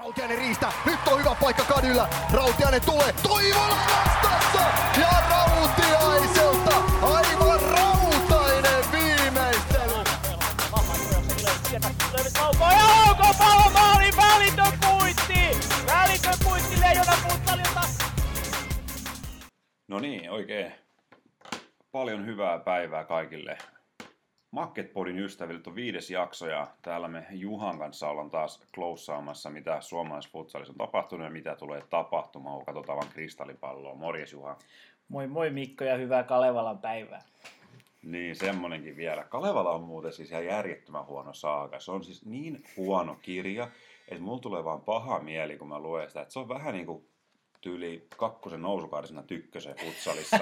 Rautiainen riistää, nyt on hyvä paikka Kadyllä, Rautiainen tulee, Toivola vastassa ja Rautiaiselta aivan rautainen viimeistely. Onko palomaali, välitön puitti Leijona Futsalilta. No niin, oikein paljon hyvää päivää kaikille Makketpodin ystäville. On 5. jakso ja täällä me Juhan kanssa ollaan taas kloussaamassa, mitä suomalaisfutsalissa on tapahtunut ja mitä tulee tapahtumaan. Katsotaan vaan kristallipalloa. Morjes Juha. Moi moi Mikko ja hyvää Kalevalan päivää. Niin, semmonenkin vielä. Kalevala on muuten siis ihan järjettömän huono saaga. Se on siis niin huono kirja, että mulla tulee vaan paha mieli, kun mä luen sitä. Että se on vähän niin kuin tyyli 2. nousukautisena Tykkösen futsalissa.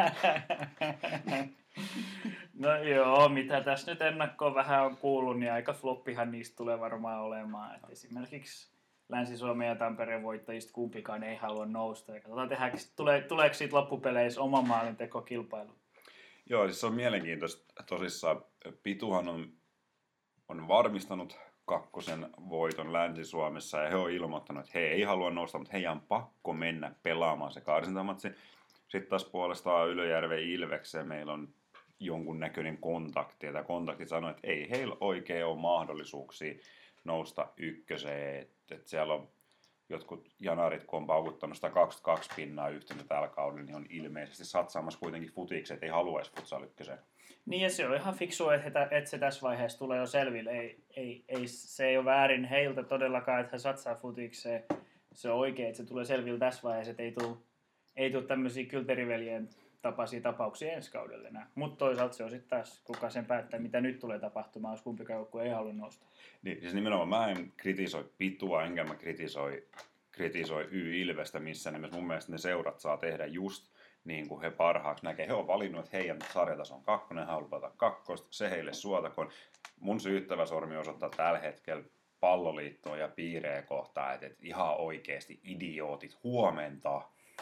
No joo, mitä tässä nyt ennakkoon vähän on kuullut, niin aika floppihan niistä tulee varmaan olemaan. Et esimerkiksi Länsi-Suomen ja Tampereen voittajista kumpikaan ei halua nousta. Ja katsotaan, tuleeko siitä loppupeleissä oma maalintekokilpailu. Joo, siis se on mielenkiintoista. Tosissaan Pituhan on varmistanut 2. voiton Länsi-Suomessa ja he on ilmoittanut, että he ei halua nousta, mutta heidän on pakko mennä pelaamaan se karsintamatsi. Sitten taas puolestaan Ylöjärven Ilvekseen meillä on jonkunnäköinen kontakti. Ja tämä kontakti sanoi, että ei heillä oikein ole mahdollisuuksia nousta ykköseen. Että siellä on jotkut janarit, kun on paukuttanut 122 pinnaa yhteensä tällä kaudella, niin on ilmeisesti satsaamassa kuitenkin futikseen, että ei haluaisi futsal ykköseen. Niin ja se on ihan fiksua, että se tässä vaiheessa tulee jo selville. Se ei ole väärin heiltä todellakaan, että he satsaa futikseen. Se on oikein, että se tulee selville tässä vaiheessa, että ei tule tämmöisiä kylteriveljen tapaisia tapauksia ensi kaudella enää. Mutta toisaalta se on sitten taas, kuka sen päättää, mitä nyt tulee tapahtumaan, jos kumpikaan joukkue ei halua nousta. Niin, siis nimenomaan mä en kritisoi Pitua, enkä mä kritisoi Y-Ilvestä missään nimessä. Mun mielestä ne seurat saa tehdä just niin kuin he parhaaksi näkee. He on valinnut, että heidän sarjataso on 2, he haluaa 2, se heille suotakoon. Mun syyttävä sormi osoittaa tällä hetkellä Palloliittoon ja piirejä kohtaan, että ihan oikeasti idiootit, huomenta.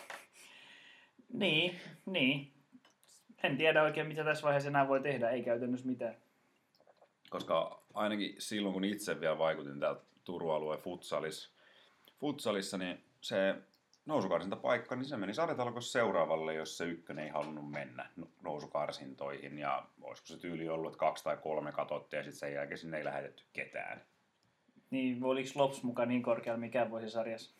Niin. En tiedä oikein, mitä tässä vaiheessa enää voi tehdä, ei käytännössä mitään. Koska ainakin silloin, kun itse vielä vaikutin täällä Turun alueen futsalissa, niin se nousukarsintapaikka, niin se meni sarjatalkossa seuraavalle, jos se ykkönen ei halunnut mennä nousukarsintoihin. Ja olisiko se tyyli ollut, että 2 tai 3 katsottiin ja sitten sen jälkeen sinne ei lähetetty ketään. Niin, oliko Lops mukaan niin korkealla mikään vuosi sarjassa?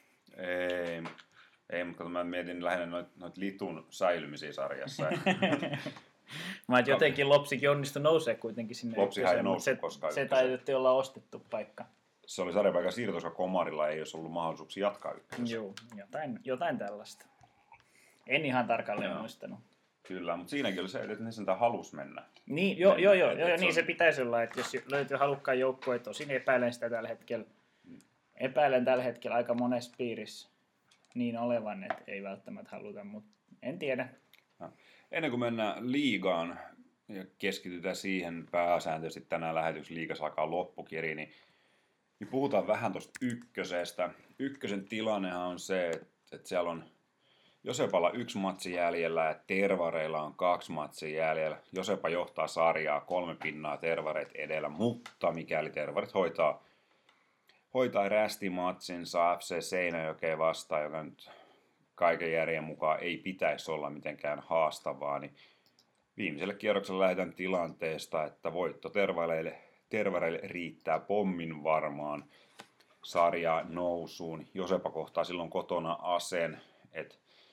Ei, mutta mä mietin lähinnä noit litun säilymisiä sarjassa. Mä et jotenkin Lopsikin onnistui nousee kuitenkin sinne Lopsihan ei noussut koskaan se taidettiin olla ostettu paikka. Se oli sarjapaikan siirto, koska Komarilla ei olisi ollut mahdollisuuksia jatkaa ykkösessä. Joo, jotain tällaista. En ihan tarkalleen muistanut. Kyllä, mutta siinäkin oli se, että ne sentään halusi mennä. Niin, joo, niin se pitäisi olla, että jos löytyy halukkaan joukkoja, tosin epäilen sitä tällä hetkellä. Epäilen tällä hetkellä aika monessa piirissä niin olevan, että ei välttämättä haluta, mutta en tiedä. Ennen kuin mennään liigaan ja keskitytään siihen pääsääntöisesti tänään lähetyksessä liigassa alkaa loppukiri, niin puhutaan vähän tuosta ykkösestä. Ykkösen tilannehan on se, että siellä on Josepalla 1 matsi jäljellä ja Tervareilla on 2 matsia jäljellä. Josepa johtaa sarjaa 3 pinnaa Tervareit edellä, mutta mikäli Tervarit hoitaa rästimatsinsa FC Seinäjokeen vastaan, joka nyt kaiken järjen mukaan ei pitäisi olla mitenkään haastavaa, niin viimeiselle kierrokselle lähdetään tilanteesta, että voitto Tervareille riittää pommin varmaan sarjaa nousuun. Josepa kohtaa silloin kotona Asen, että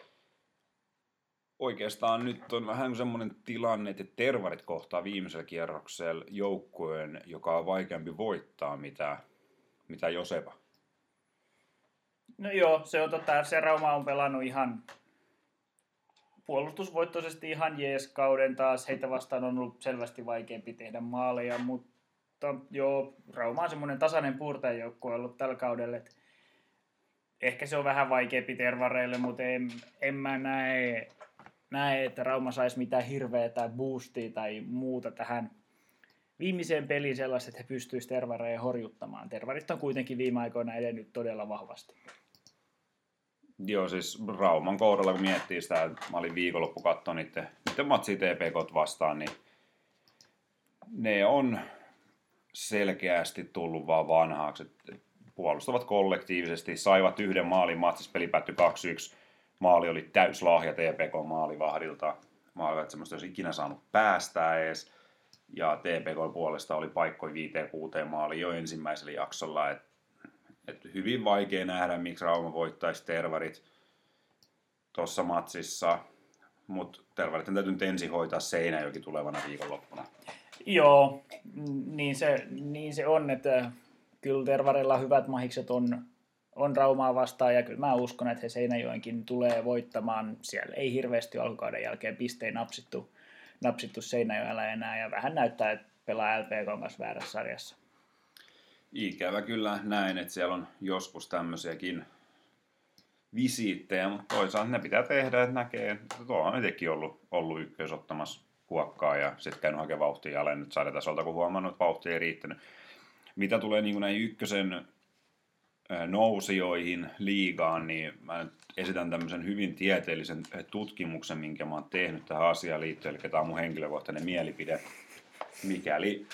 oikeastaan nyt on vähän semmoinen tilanne, että Tervarit kohtaa viimeisellä kierroksella joukkueen, joka on vaikeampi voittaa mitä Josepa. No joo, se on se Rauma on pelannut ihan puolustusvoittoisesti ihan jees kauden taas. Heitä vastaan on ollut selvästi vaikeampi tehdä maaleja, mutta joo, Rauma on semmoinen tasainen puurtajajoukkue ollut tällä kaudella. Ehkä se on vähän vaikeampi Tervareille, mutta en mä näe, että Rauma saisi mitään hirveätä boostia tai muuta tähän viimeiseen peliin sellaista, että he pystyisivät Tervareja horjuttamaan. Tervarit on kuitenkin viime aikoina edennyt todella vahvasti. Joo, siis Rauman kohdalla kun miettii sitä, että mä olin viikonloppu katsoa niiden matsia TPK:t vastaan, niin ne on selkeästi tullut vaan vanhaaksi. puolustavat kollektiivisesti, saivat yhden maalin, matsissa peli päättyi 2-1. Maali oli täyslahja TPK-maalivahdilta. Maalivahdit semmoista olisi ikinä saanut päästää edes. Ja TPK puolesta oli paikkoja 5-6 maaliin jo ensimmäisellä jaksolla. Et hyvin vaikea nähdä, miksi Rauma voittaisi Tervarit tuossa matsissa. Mutta Tervarit täytyy nyt ensin hoitaa Seinäjoki tulevana viikonloppuna. Joo, niin se on, että kyllä Tervarilla hyvät mahikset on Raumaa vastaan, ja kyllä mä uskon, että he Seinäjoenkin tulee voittamaan. Siellä ei hirveästi alkukauden jälkeen pisteen napsittu Seinäjoella enää, ja vähän näyttää, että pelaa LPK:n kanssa väärässä sarjassa. Ikävä kyllä näin, että siellä on joskus tämmöisiäkin visiittejä, mutta toisaalta ne pitää tehdä, että näkee, että tuo on itsekin ollut ykkös ottamassa huokkaa ja sitten käynyt hakemaan vauhtia alle nyt sarjatasolta, kun huomannut, että vauhti ei riittänyt. Mitä tulee niin näihin ykkösen nousijoihin liigaan, niin mä nyt esitän tämmöisen hyvin tieteellisen tutkimuksen, minkä mä oon tehnyt tähän asiaan liittyen, eli tämä on mun henkilökohtainen mielipide. Mikäli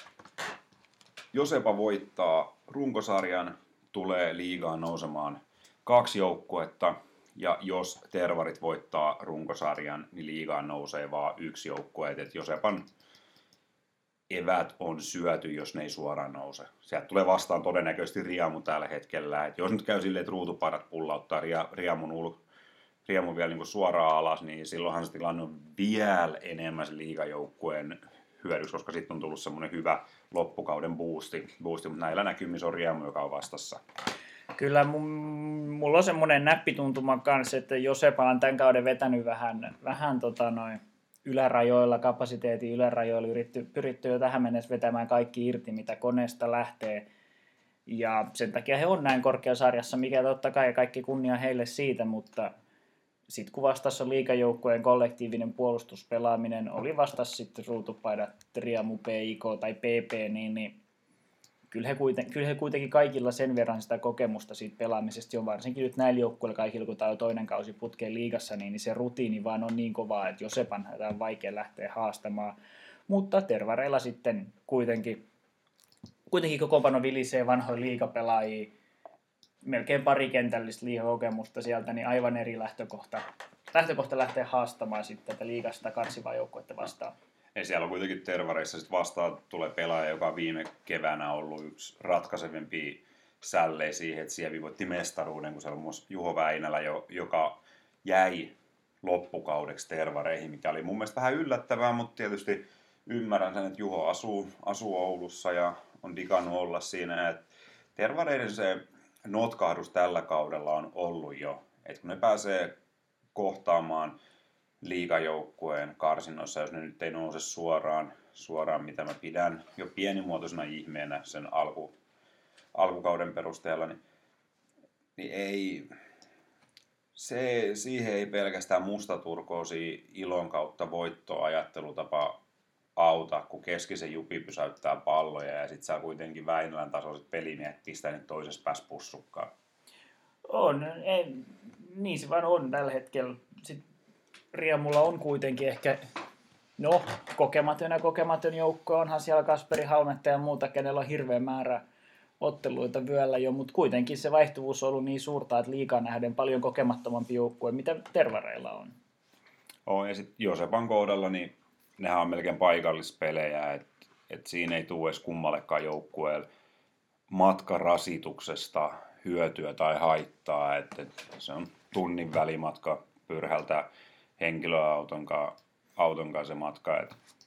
Josepa voittaa runkosarjan, tulee liigaan nousemaan 2 joukkuetta, ja jos Tervarit voittaa runkosarjan, niin liigaan nousee vaan 1 joukkue. Et Josepan evät on syöty, jos ne ei suoraan nouse. Sieltä tulee vastaan todennäköisesti Riamu tällä hetkellä. Et jos nyt käy silleen, että ruutupaidat pullauttaa Riamun vielä niin suoraan alas, niin silloinhan se tilanne on vielä enemmän se liigajoukkueen hyödyksi, koska sitten on tullut semmoinen hyvä loppukauden boosti, mutta näillä näkymissä on Riamu, joka on vastassa. Kyllä mulla on semmoinen näppituntuma kanssa, että Josepa on tämän kauden vetänyt vähän ylärajoilla, kapasiteetin ylärajoilla, pyritty jo tähän mennessä vetämään kaikki irti, mitä koneesta lähtee. Ja sen takia he on näin korkeasarjassa, mikä totta kai kaikki kunnia heille siitä, mutta sitten kun vastassa liigajoukkueen kollektiivinen puolustuspelaaminen oli vastassa sitten ruutupaidat Riamu, PIK tai PP, niin kyllä he kuitenkin kaikilla sen verran sitä kokemusta siitä pelaamisesta on, varsinkin nyt näillä joukkueilla kaikilla, kun tämä on toinen kausi putkeen liigassa, niin se rutiini vaan on niin kovaa, että Josepan on vaikea lähteä haastamaan. Mutta Tervareilla sitten kuitenkin kokoonpano vilisee vanhoja liigapelaajia, melkein parikentällistä liigakokemusta sieltä, niin aivan eri lähtökohta lähteä haastamaan sitten tätä liigasta karsivaa joukkuetta vastaan. Ja siellä on kuitenkin Tervareissa sitten vastaan tulee pelaaja, joka on viime keväänä ollut yksi ratkaisevempia sällejä siihen, että Sievi voitti mestaruuden, kun siellä on myös Juho Väinälä, joka jäi loppukaudeksi Tervareihin, mikä oli mun mielestä vähän yllättävää, mutta tietysti ymmärrän sen, että Juho asuu Oulussa ja on digannut olla siinä. Että Tervareiden se notkahdus tällä kaudella on ollut jo, että kun ne pääsee kohtaamaan liigajoukkueen karsinnoissa, jos ne nyt ei nouse suoraan, mitä mä pidän jo pienimuotoisena ihmeenä sen alkukauden perusteella, niin ei, siihen ei pelkästään mustaturkoosi ilon kautta voittoajattelutapa auta, kun keskisen jupi pysäyttää palloja ja sit saa kuitenkin Väinölän tasoiset pelimiehet pistää nyt toisessa päässä pussukkaan. Niin se vaan on tällä hetkellä. Sitten Riamulla on kuitenkin ehkä, kokematon joukko, onhan siellä Kasperi Halmetta ja muuta, kenellä on hirveä määrä otteluita vyöllä jo, mutta kuitenkin se vaihtuvuus on ollut niin suurta, että liigaa nähden paljon kokemattomampi joukkue, mitä Tervareilla on. Ja sitten Josepan kohdalla, niin nehän on melkein paikallispelejä, että siinä ei tule edes kummallekaan joukkueelle matkarasituksesta hyötyä tai haittaa, että se on tunnin välimatka Pyrhältä henkilöauton kanssa se matka.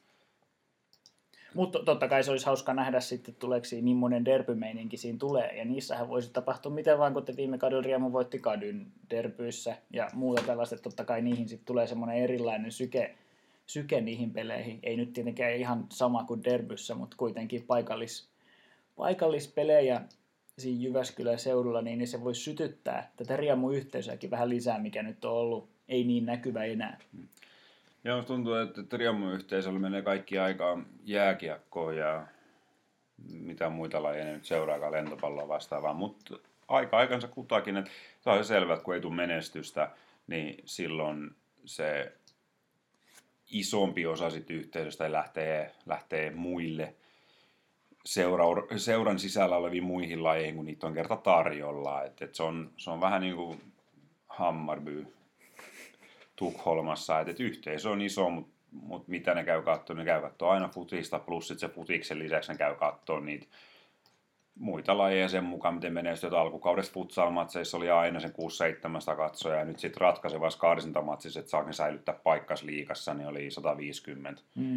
Mutta totta kai se olisi hauska nähdä sitten, tuleeko siinä millainen derbymeininki siinä tulee. Ja niissähän voisi tapahtua miten vaan, kun viime kaudella Riamu voitti kadyn derbyissä ja muuta tällaista. Totta kai niihin sitten tulee semmoinen erilainen syke niihin peleihin. Ei nyt tietenkään ihan sama kuin derbyssä, mutta kuitenkin paikallispelejä siinä Jyväskylän seudulla, niin se voisi sytyttää tätä Riamu-yhteisöäkin vähän lisää, mikä nyt on ollut ei niin näkyvä enää. Joo, tuntuu, että Riamu-yhteisöllä menee kaikki aikaa jääkiekkoon ja mitä muita lajeja nyt seuraakaan lentopalloa vastaavaa, mutta aikansa kutakin, että se on selvä, että kun ei tule menestystä, niin silloin se isompi osa sit yhteisöstä lähtee muille seuran sisällä oleviin muihin lajeihin, kun niitä on kerta tarjolla. Et se on vähän niin kuin Hammarby Tukholmassa, että yhteisö on iso, mutta mitä ne käy katsoa? Ne käy katsoa aina futista, plus sit se futiksen lisäksi ne käy katsoa niitä muita lajeja sen mukaan, miten menee. Sitten alkukaudessa futsal-matseissa oli aina sen 600-700 katsoja, ja nyt sitten ratkaisevassa karsintamatsissa, että saako ne säilyttää paikkas liigassa, niin oli 150.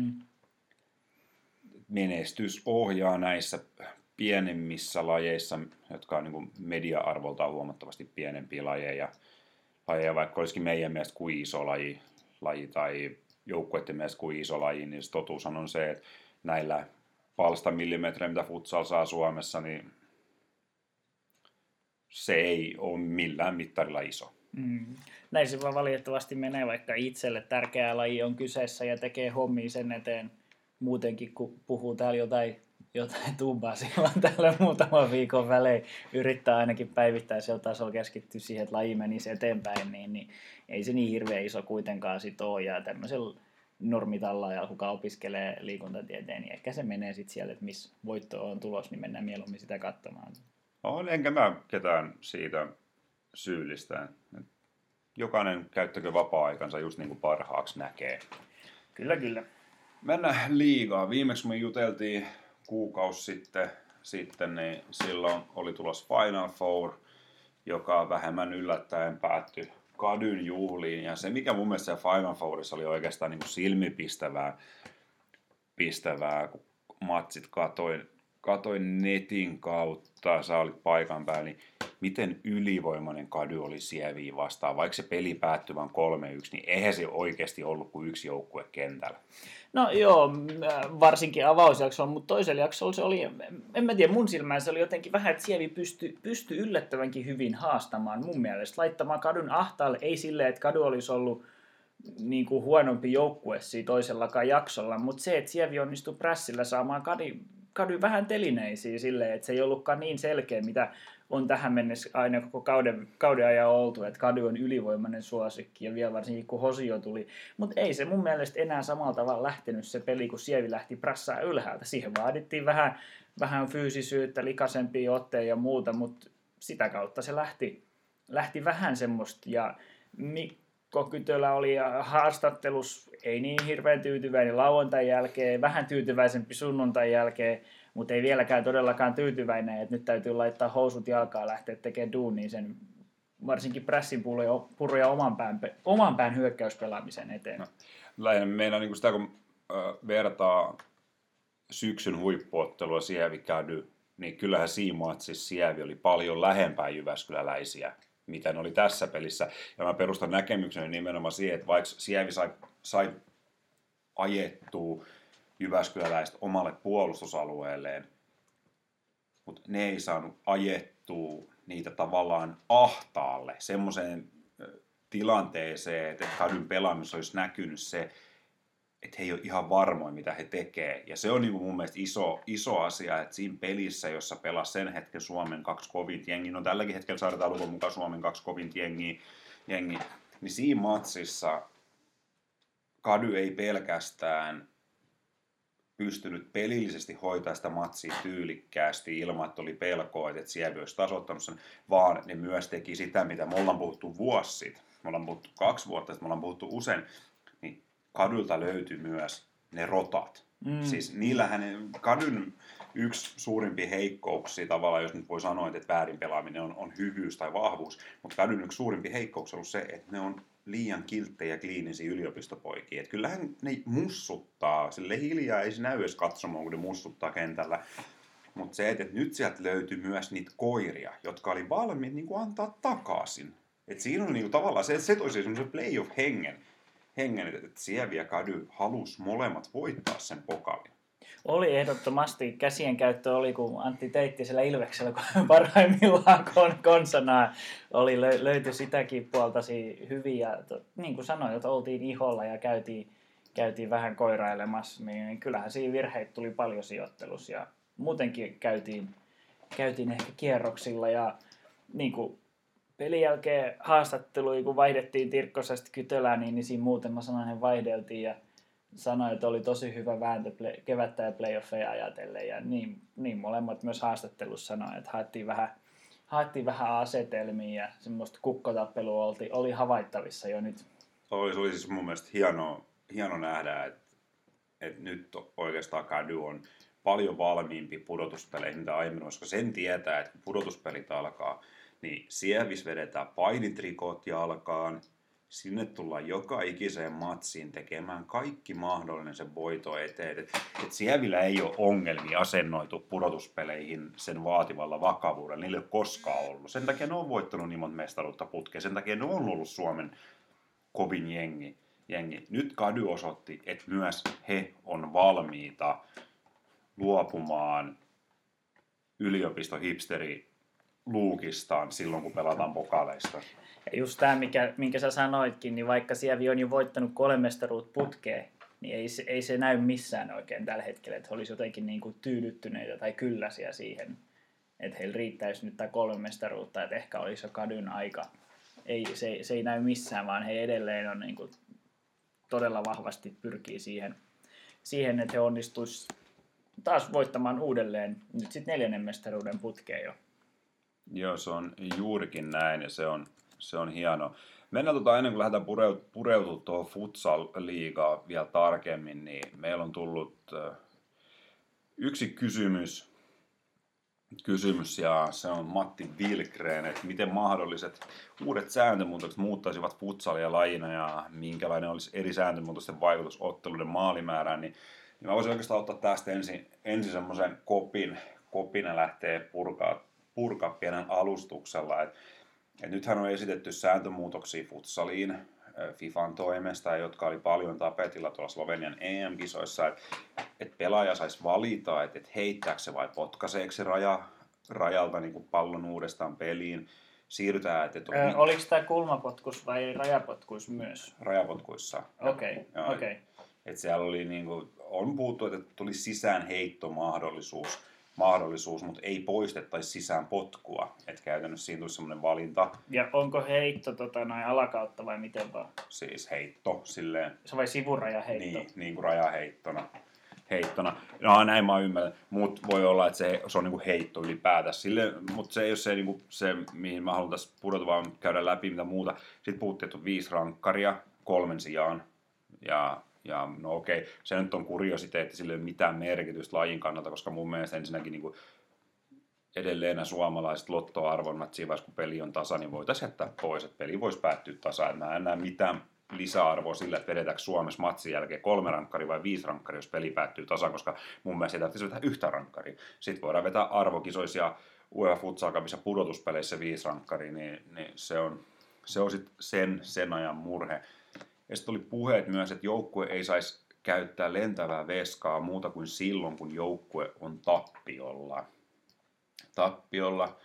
Menestys ohjaa näissä pienemmissä lajeissa, jotka on niin kuin media-arvoltaan huomattavasti pienempiä lajeja, vaikka olisikin meidän mielestä kuin iso laji tai joukkueiden mielestä kuin iso laji, niin se totuus on se, että näillä palstamillimetreillä, mitä futsal saa Suomessa, niin se ei ole millään mittarilla iso. Näin se vaan valitettavasti menee, vaikka itselle tärkeä laji on kyseessä ja tekee hommia sen eteen muutenkin, kun puhuu täällä jotain tuubaa silloin tällä muutaman viikon välein, yrittää ainakin päivittäisellä tasolla keskittyä siihen, että laji menisi eteenpäin, niin ei se niin hirveän iso kuitenkaan sit ole. Ja tämmöisellä normitalla, kuka opiskelee liikuntatieteen, niin ehkä se menee sitten siellä, että missä voitto on tulos, niin mennään mieluummin sitä katsomaan. Enkä mä ketään siitä syyllistään. Jokainen käyttäkö vapaa-aikansa just niin kuin parhaaksi näkee. Kyllä. Mennään liigaan. Viimeksi me juteltiin kuukausi sitten, niin silloin oli tulos Final Four, joka vähemmän yllättäen päättyi Kadyn juhliin. Ja se, mikä mun mielestä Final Fourissa oli oikeastaan niin kuin silmipistävää, kun matsit katoin netin kautta, sä olit paikan päällä, niin miten ylivoimainen Kady oli Sieviä vastaan. Vaikka se peli päättyi vain 3-1, niin eihän se oikeasti ollut kuin yksi joukkue kentällä. No joo, varsinkin avausjaksolla, mutta toisella jaksolla se oli, en mä tiedä, mun silmään se oli jotenkin vähän, että Sievi pystyi yllättävänkin hyvin haastamaan mun mielestä. Laittamaan Kadyn ahtaalle, ei silleen, että Kady olisi ollut niin kuin huonompi joukkue siinä toisellakaan jaksolla, mutta se, että Sievi onnistui prässillä saamaan Kady vähän telineisiä silleen, että se ei ollutkaan niin selkeä, mitä on tähän mennessä aina koko kauden ajan oltu, että Kady on ylivoimainen suosikki ja vielä varsinkin kun Hosio tuli. Mutta ei se mun mielestä enää samalla tavalla lähtenyt se peli, kun Sievi lähti prässää ylhäältä. Siihen vaadittiin vähän fyysisyyttä, likaisempia otteja ja muuta, mutta sitä kautta se lähti vähän semmoista. Ja Mikko Kytölä oli haastattelussa ei niin hirveän tyytyväinen lauantain jälkeen, vähän tyytyväisempi sunnuntain jälkeen, mutta ei vieläkään todellakaan tyytyväinen, että nyt täytyy laittaa housut jalkaan lähteä tekemään duunia sen varsinkin pressin purun ja oman pään hyökkäyspelaamisen eteen. No, lähinnä meillä niin sitä, kun vertaa syksyn huippuottelua Sievi-Kady, niin kyllähän siinä matsissa Sievi oli paljon lähempää jyväskyläläisiä, mitä ne oli tässä pelissä. Ja mä perustan näkemykseni nimenomaan siihen, että vaikka Sievi sai ajettua jyväskyläläiset omalle puolustusalueelleen, mutta ne ei saanut ajettua niitä tavallaan ahtaalle, semmoiseen tilanteeseen, että Kadyn pelaamissa olisi näkynyt se, että he ei ole ihan varmoin, mitä he tekee. Ja se on niin kuin mun mielestä iso asia, että siinä pelissä, jossa pelasi sen hetken Suomen 2 kovinta jengiä, no tälläkin hetkellä saadaan luvun mukaan Suomen 2 kovinta jengiä, niin siinä matsissa Kady ei pelkästään pystynyt pelillisesti hoitaa sitä matsia tyylikkäästi ilman, että oli pelkoa, että Sievi olisi tasoittanut sen, vaan ne myös teki sitä, mitä me ollaan puhuttu vuosi sitten. Me ollaan puhuttu 2 vuotta sitten, me ollaan puhuttu usein, niin Kadylta löytyi myös ne rotat. Siis niillähän Kadyn yksi suurimpia heikkouksia tavallaan, jos nyt voi sanoa, että väärin pelaaminen on hyvyys tai vahvuus, mutta Kadyn yksi suurimpia heikkouksia on ollut se, että ne on liian kilttejä ja kliinisiä yliopistopoikia. Et kyllähän ne mussuttaa, sille hiljaa ei se näy edes katsomaan, kun ne mussuttaa kentällä. Mutta se, että nyt sieltä löytyi myös niitä koiria, jotka oli valmiit niin kuin antaa takaisin. Et siinä on niin kuin tavallaan se toisi semmoisen playoff-hengen, että Sievi ja Kady halusi molemmat voittaa sen pokalin. Oli ehdottomasti. Käsien käyttö oli, kun Antti Teitti siellä Ilveksellä parhaimmillaan konsana löytyi sitäkin puoltasi hyvin. Ja niin kuin sanoin, että oltiin iholla ja käytiin vähän koirailemassa, niin kyllähän siinä virheitä tuli paljon sijoittelussa. Ja muutenkin käytiin ehkä kierroksilla ja niin kuin pelin jälkeen haastatteluja, kun vaihdettiin Tirkkosesta Kytölään, niin siinä muutama sananen vaihdeltiin ja sanoi, että oli tosi hyvä vääntö kevättä ja playoffeja ajatellen. Ja niin molemmat myös haastattelussa sanoi, että haettiin vähän asetelmia ja semmoista kukkotappelua oli havaittavissa jo nyt. Oli siis mun mielestä hieno nähdä, että nyt oikeastaan Kadu on paljon valmiimpi pudotuspeleihin mitä aiemmin, koska sen tietää, että kun pudotuspelit alkaa, niin sievis vedetään painitrikot jalkaan, sinne tullaan joka ikiseen matsiin tekemään kaikki mahdollinen sen voito eteen. Et sievillä ei ole ongelmia asennoitu pudotuspeleihin sen vaativalla vakavuudella, niillä ei ole koskaan ollut. Sen takia ne on voittanut niin monta mestaruutta putkeen, sen takia ne on ollut Suomen kovin jengi. Nyt Kadu osoitti, että myös he on valmiita luopumaan yliopistohipsteri luukistaan silloin, kun pelataan pokaaleista. Ja just tämä, minkä sä sanoitkin, niin vaikka Sievi on jo voittanut 3 mestaruutta putkeen, niin ei se näy missään oikein tällä hetkellä, että he olisi jotenkin niin kuin tyydyttyneitä tai kylläisiä siihen, että heillä riittäisi nyt tämä 3 mestaruutta, että ehkä olisi jo Kadun aika. Se ei näy missään, vaan he edelleen on niin kuin todella vahvasti pyrkii siihen, että he onnistuisivat taas voittamaan uudelleen nyt sitten 4. mestaruuden putkeen jo. Joo, se on juurikin näin ja se on hienoa. Mennään ennen kuin lähdetään pureutumaan tuohon futsal-liigaan vielä tarkemmin, niin meillä on tullut yksi kysymys ja se on Matti Vilkreen, että miten mahdolliset uudet sääntömuutokset muuttaisivat futsalia lajina ja minkälainen olisi eri sääntömuutosten vaikutus otteluiden maalimäärään, niin mä voisin oikeastaan ottaa tästä ensin semmoisen kopin ja lähteä purkaa pienen alustuksella. Et nythän on esitetty sääntömuutoksia futsaliin FIFAn toimesta, jotka oli paljon tapetilla tuolla Slovenian EM-kisoissa, että pelaaja saisi valita, että heittääkö se vai potkaiseeko se rajalta niin kuin pallon uudestaan peliin. Siirrytään, oliko tämä kulmapotkus vai rajapotkus myös? Rajapotkuissa. Okei. Että siellä oli niinku, on puhuttu, että tuli sisäänheittomahdollisuus, mutta ei poistettaisi sisään potkua. Että käytännössä siinä tulisi semmoinen valinta. Ja onko heitto alakautta vai miten vaan? Siis heitto silleen. Se vai sivurajaheitto? Niin kuin rajaheittona. No näin mä ymmärrän, mutta voi olla, että se on niinku heitto ylipäätänsä. Mutta se ei ole niinku se, mihin mä haluan tässä pudota, vaan käydä läpi mitä muuta. Sitten puhuttiin, että on 5 rankkaria 3 sijaan. Ja no okei, se nyt on kuriositeetti, sillä ei ole mitään merkitystä lajin kannalta, koska mun mielestä ensinnäkin niin kuin edelleen nämä suomalaiset lottoarvonnat siinä vaiheessa, kun peli on tasa, niin voitaisiin jättää pois, että peli voisi päättyä tasaan. Mä en näe mitään lisäarvoa sillä, että vedetäänkö Suomessa matsin jälkeen 3 rankkaria vai 5 rankkaria, jos peli päättyy tasaan, koska mun mielestä ei tarvitsisi vetää yhtä rankkaria. Sitten voidaan vetää arvokisoisia UEFA Futsal Cupissa pudotuspeleissä 5 rankkaria, niin se on sitten sen ajan murhe. Ja sitten oli puheet myös, että joukkue ei saisi käyttää lentävää veskaa muuta kuin silloin, kun joukkue on tappiolla.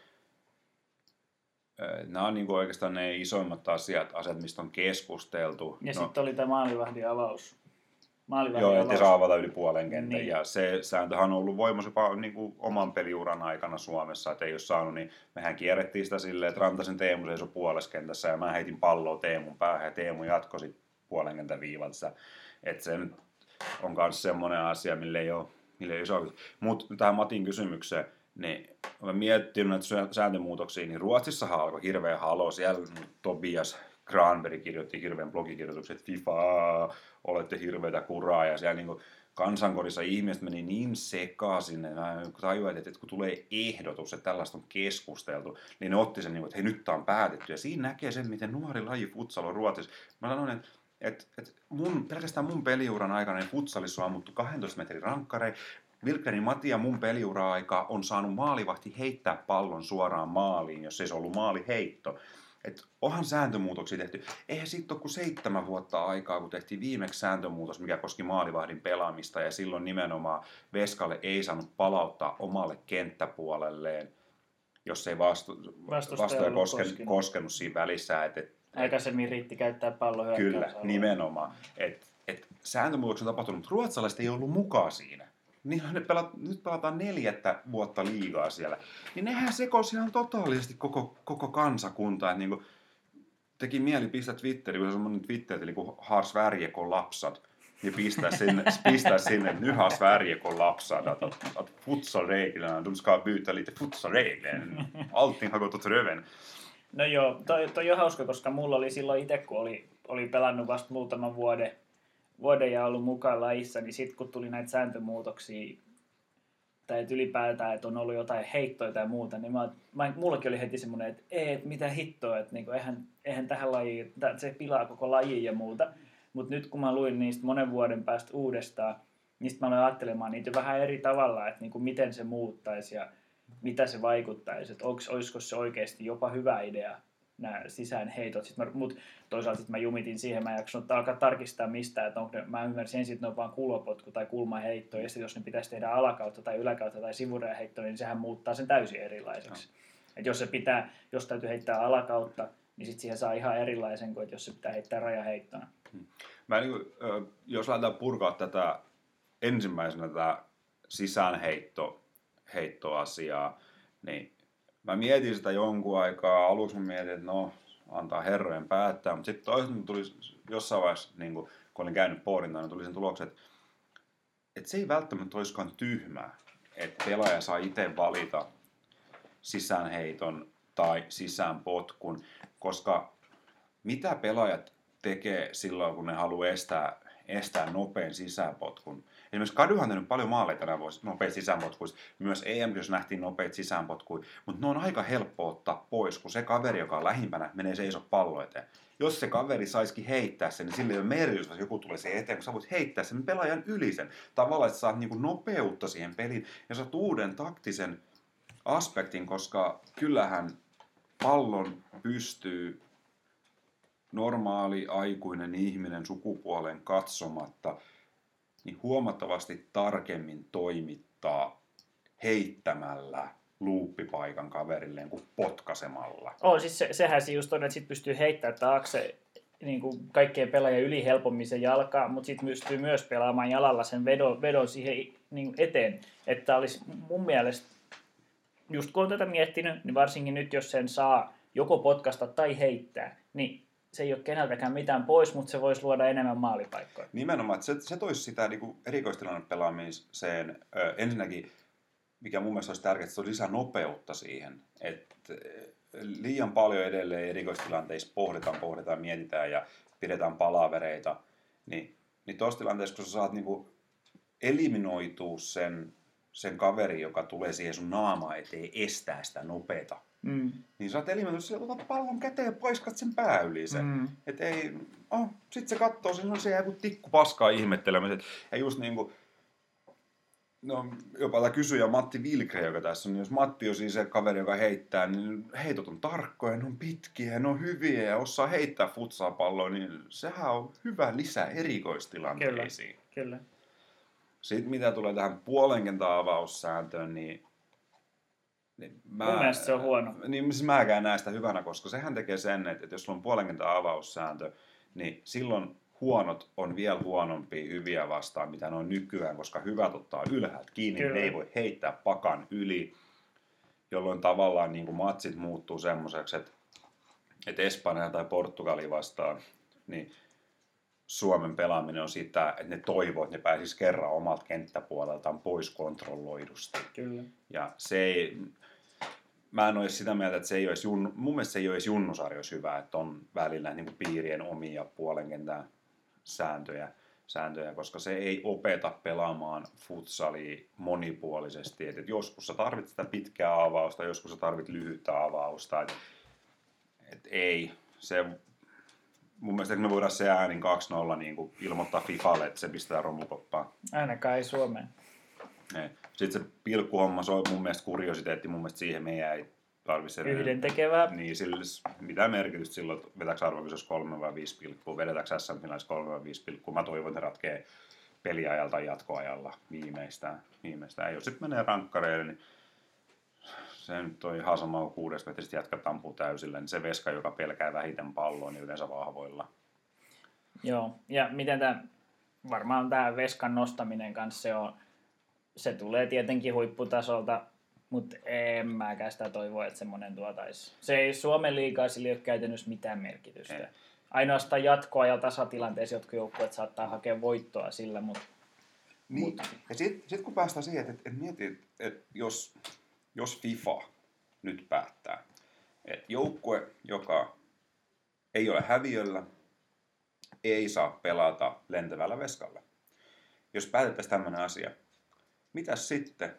Nämä on niinku oikeastaan ne isoimmat asiat, mistä on keskusteltu. Ja sitten oli tämä maalivahdin avaus. Joo, ettei saa avata yli puolen kentän. Niin. Ja se sääntöhän on ollut voimassa jopa niinku oman peliuran aikana Suomessa, että ei ole saanut, niin mehän kierrettiin sitä silleen, että Rantasen Teemu seisoi puoleskentässä ja mä heitin palloa Teemun päähän ja Teemu jatkoi sitten puolen kentän viivalta. Että se nyt on myös semmoinen asia, mille ei ole iso. Mutta tähän Matin kysymykseen, niin olen miettinyt näitä sääntömuutoksia, niin Ruotsissahan alkoi hirveä halo. Siellä Tobias Granberg kirjoitti hirveän blogikirjoituksen, että FIFA, olette hirveätä kuraa. Ja siellä niin kansankodissa ihmiset meni niin sekaisin, että tajuat, että kun tulee ehdotus, että tällaista on keskusteltu, niin ne otti sen, että hei, nyt tämä on päätetty. Ja siinä näkee sen, miten nuori laji futsal on Ruotsissa. Mä sanoin, että pelkästään mun peliuran aikana niin futsalissa on ammuttu 12 metrin rankkareja. Vilkkärin Matti ja mun peliura-aika on saanut maalivahti heittää pallon suoraan maaliin, jos ei se ollut maaliheitto. Että onhan sääntömuutoksia tehty. Eihän siitä ole kuin 7 vuotta aikaa, kun tehtiin viimeksi sääntömuutos, mikä koski maalivahdin pelaamista. Ja silloin nimenomaan veskalle ei saanut palauttaa omalle kenttäpuolelleen, jos ei vastustaja koskenut siinä välissä. Aikaisemmin riitti käyttää pallon hyökkäysalueella. Kyllä, nimenomaan. Sääntömuutokset on tapahtunut, mutta ruotsalaiset ei ollut mukaan siinä. Niin nyt pelataan 4 vuotta liigaa siellä. Niin nehän sekoisi ihan totaalisesti koko kansakunta. Niin teki mieli pistää Twitteriin, kun se on semmoinen Twitter, eli kuin Har Sverige kollapsat. ja pistää sinne, että nu har Sverige kollapsat, att futsalreglerna, de ska byta lite futsalregler. Allting har gått åt röven. No joo, toi on hauska, koska mulla oli silloin itse, kun oli pelannut vasta muutaman vuoden ja ollut mukaan lajissa, niin sitten kun tuli näitä sääntömuutoksia, tai ylipäätään, että on ollut jotain heittoja tai muuta, niin mullakin oli heti semmoinen, että ei, mitä hittoa, että niinku, eihän tähän lajiin, se pilaa koko lajin ja muuta. Mutta nyt kun mä luin niistä monen vuoden päästä uudestaan, niin mä aloin ajattelemaan niitä vähän eri tavalla, että niinku, miten se muuttaisi ja mitä se vaikuttaisi, että olisiko se oikeasti jopa hyvä idea, nämä sisäänheitot. Mutta toisaalta sitten mä jumitin siihen, mä en jaksanut alkaa tarkistaa mistään, että mä ymmärsin ensin, että ne on vaan kulmapotku tai kulmaheitto, ja sitten jos ne pitäisi tehdä alakautta tai yläkautta tai sivureaheitto, niin sehän muuttaa sen täysin erilaiseksi. Että jos täytyy heittää alakautta, niin sitten siihen saa ihan erilaisen kuin, että jos se pitää heittää rajaheittona. Jos lähdetään purkaa tätä ensimmäisenä tätä sisäänheittoasiaa, niin mä mietin sitä jonkun aikaa. Aluksi mä mietin, että no, antaa herrojen päättää, mutta sitten toisaalta tuli jossain vaiheessa, niin kun olin käynyt pohdintaan, niin tuli sen tuloksen, että se ei välttämättä olisikaan tyhmää, että pelaaja saa itse valita sisäänheiton tai sisäänpotkun, koska mitä pelaajat tekee silloin, kun ne haluaa estää nopean sisäänpotkun. Esimerkiksi Kaduhan on tehnyt paljon maaleja tänä vuosina nopeita sisäänpotkuista. Myös jos nähtiin nopeita sisäänpotkuja. Mutta ne on aika helppo ottaa pois, kun se kaveri, joka on lähimpänä, menee seiso pallo eteen. Jos se kaveri saisikin heittää sen, niin sillä ei ole merkitystä, jos joku tulee siihen eteen, kun sä voit heittää sen pelaajan yli sen. Tavallaan, että saat niinku nopeutta siihen peliin ja saat uuden taktisen aspektin, koska kyllähän pallon pystyy normaali aikuinen ihminen sukupuolen katsomatta niin huomattavasti tarkemmin toimittaa heittämällä luuppipaikan kaverilleen kuin potkasemalla. Siis sehän se just on, että sit pystyy heittämään taakse niin kuin kaikkien pelaajien yli helpommin sen jalkaa, mutta sitten pystyy myös pelaamaan jalalla sen vedon siihen niin eteen. Että olisi mun mielestä, just kun on tätä miettinyt, niin varsinkin nyt jos sen saa joko potkasta tai heittää, niin se ei ole keneltäkään mitään pois, mutta se voisi luoda enemmän maalipaikkoja. Nimenomaan, että se toisi sitä niin erikoistilanne pelaamiseen. Ensinnäkin, mikä mun mielestä olisi tärkeää, että se on lisää nopeutta siihen. Että liian paljon edelleen erikoistilanteissa pohditaan, mietitään ja pidetään palavereita. Niin tuossa tilanteessa, kun sä saat niin kuin eliminoitua sen kaveri, joka tulee siihen sun naamaan eteen estää sitä nopeata. Niin sä oot eliminoitu sillä, että otat pallon käteen ja paiskat sen pää yli sen. Että ei, sit se kattoo sen, se jää joku tikku paskaa ihmettelemään. Ja just niinku, no jopa tämä kysyjä Matti Vilkre, joka tässä on, niin jos Matti on siis se kaveri, joka heittää, niin heitot on tarkkoja, ne on pitkiä, ne on hyviä ja osaa heittää futsal-palloa, niin sehän on hyvä lisä erikoistilanteisiin. Kyllä. Sitten mitä tulee tähän puolenkentä-avaussääntöön, niin mun mielestä se on huono. Niin siis mäkään näen sitä hyvänä, koska sehän tekee sen, että jos sulla on puolenkentä-avaussääntö, niin silloin huonot on vielä huonompia hyviä vastaan, mitä ne on nykyään, koska hyvät ottaa ylhäältä kiinni, ne ei voi heittää pakan yli, jolloin tavallaan niin kuin matsit muuttuu semmoiseksi, että Espanja tai Portugali vastaan, niin Suomen pelaaminen on sitä, että ne toivoo, että ne pääsisi kerran omalta kenttäpuoleltaan pois kontrolloidusti. Kyllä. Ja se ei, mä en ole sitä mieltä, että se ei olisi mun mielestä se ei ole edes junnusarjoissa hyvä, että on välillä niin kuin piirien omia puolenkentän sääntöjä, koska se ei opeta pelaamaan futsalia monipuolisesti. Et joskus sä tarvit sitä pitkää avausta, joskus sä tarvit lyhyttä avausta. Et ei, se mun mielestä me voidaan se äänin 2-0 niin kuin ilmoittaa Fifalle, että se pistää romukoppaan. Ainakaan ei Suomeen. Sitten se pilkkuhomma, se on mun mielestä kuriositeetti, mun mielestä siihen meidän ei tarvitse... Yhdentekevää. Niin, sillä mitä merkitystä silloin, että vedetäänkö arvokisossa 3 vai 5 pilkkua, vedetäänkö SM-finaalissa 3 vai 5 pilkkua. Mä toivon, että ne ratkee peliajalla tai jatkoajalla viimeistään. Jos sitten menee rankkareille, niin se nyt on ihan sama kuin 6 metristä jätkät ampuu täysillä, niin se veska, joka pelkää vähiten palloa, niin yleensä vahvoilla. Joo, ja miten varmaan tämä veskan nostaminen kanssa se tulee tietenkin huipputasolta, mutta en mäkään sitä toivoa, että semmoinen tuotaisi. Se ei Suomen liigaa, sillä ei ole käytännössä mitään merkitystä. ainoastaan jatkoa ja tasatilanteessa jotkut joukkueet saattaa hakea voittoa sillä, mutta... Niin. Ja sit kun päästään siihen, että mietit, että jos FIFA nyt päättää, että joukkue, joka ei ole häviöllä, ei saa pelata lentävällä veskalla. Jos päätettäisiin tämmöinen asia, mitäs sitten,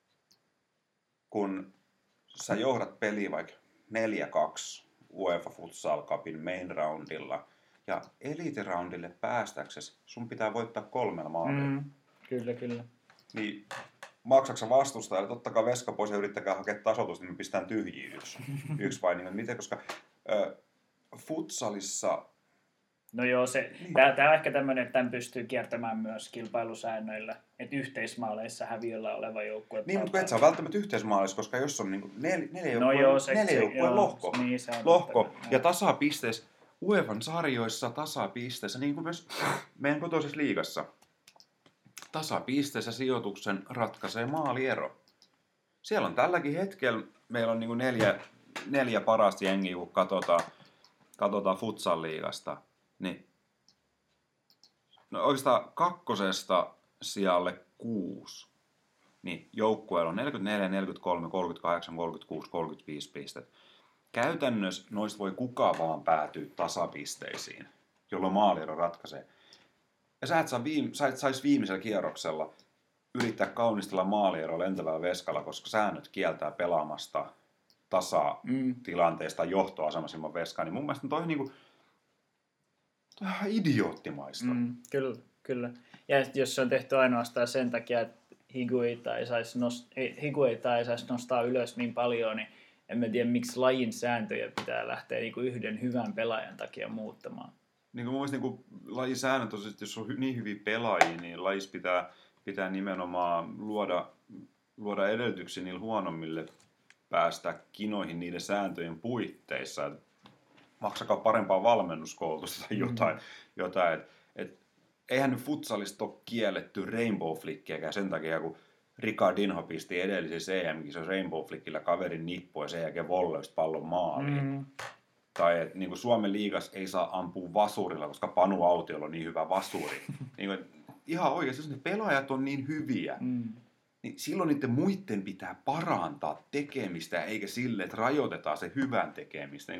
kun sä johdat peliä vaikka 4-2 UEFA Futsal Cupin main roundilla ja elite roundille päästäksesi sun pitää voittaa 3 maalilla. Kyllä. Niin maksaksa vastustajalle, ottakaa veska pois ja yrittäkää hakea tasoitusta, niin me pistetään tyhjiä yksi vai niin miten, koska futsalissa... No joo, tämä on ehkä tämmöinen, että tämän pystyy kiertämään myös kilpailusäännöillä, että yhteismaaleissa häviöllä oleva joukkue... Niin, mutta et saa välttämättä yhteismaaleissa, koska jos on niin neljä joukkueen lohko ja tasapisteessä, UEFan sarjoissa tasapisteessä, niin kuin myös meidän kotoisessa liigassa, tasapisteessä sijoituksen ratkaisee maaliero. Siellä on tälläkin hetkellä, meillä on niin kuin neljä parasta jengiä, kun katsotaan futsal-liigasta. Niin, no oikeastaan 2. sijalle 6. Niin joukkueella on 44, 43, 38, 36, 35 pistettä. Käytännössä noista voi kuka vaan päätyä tasapisteisiin, jolloin maaliero ratkaisee. Ja sä et saisi viimeisellä kierroksella yrittää kaunistella maalieroa lentävällä veskalla, koska säännöt kieltää pelaamasta tasatilanteesta johtoasemassa ilman veskaa. Niin mun mielestä toi on niinku idioottimaista. Kyllä. Ja jos se on tehty ainoastaan sen takia, että Higuita ei saisi nostaa ylös niin paljon, niin en mä tiedä, miksi lajin sääntöjä pitää lähteä niin kuin yhden hyvän pelaajan takia muuttamaan. Niin kuin mun mielestä niin lajin säännöt on, että jos on niin hyviä pelaajia, niin lajissa pitää nimenomaan luoda edellytyksiä niille huonommille päästä kinoihin niiden sääntöjen puitteissa. Et maksakaa parempaa valmennuskoulutusta tai jotain. Eihän nyt futsalista ole kielletty rainbow flickiäkään sen takia, kun Ricardinho pisti edellisessä EM-kisoissa rainbow flickillä kaverin nippuun ja sen jälkeen volleysta pallon maaliin. Tai että niin Suomen liigassa ei saa ampua vasurilla, koska Panu Autiolla on niin hyvä vasuri. Niin ihan oikeasti, jos ne pelaajat on niin hyviä, niin silloin niiden muiden pitää parantaa tekemistä, eikä sille, että rajoitetaan se hyvän tekemistä.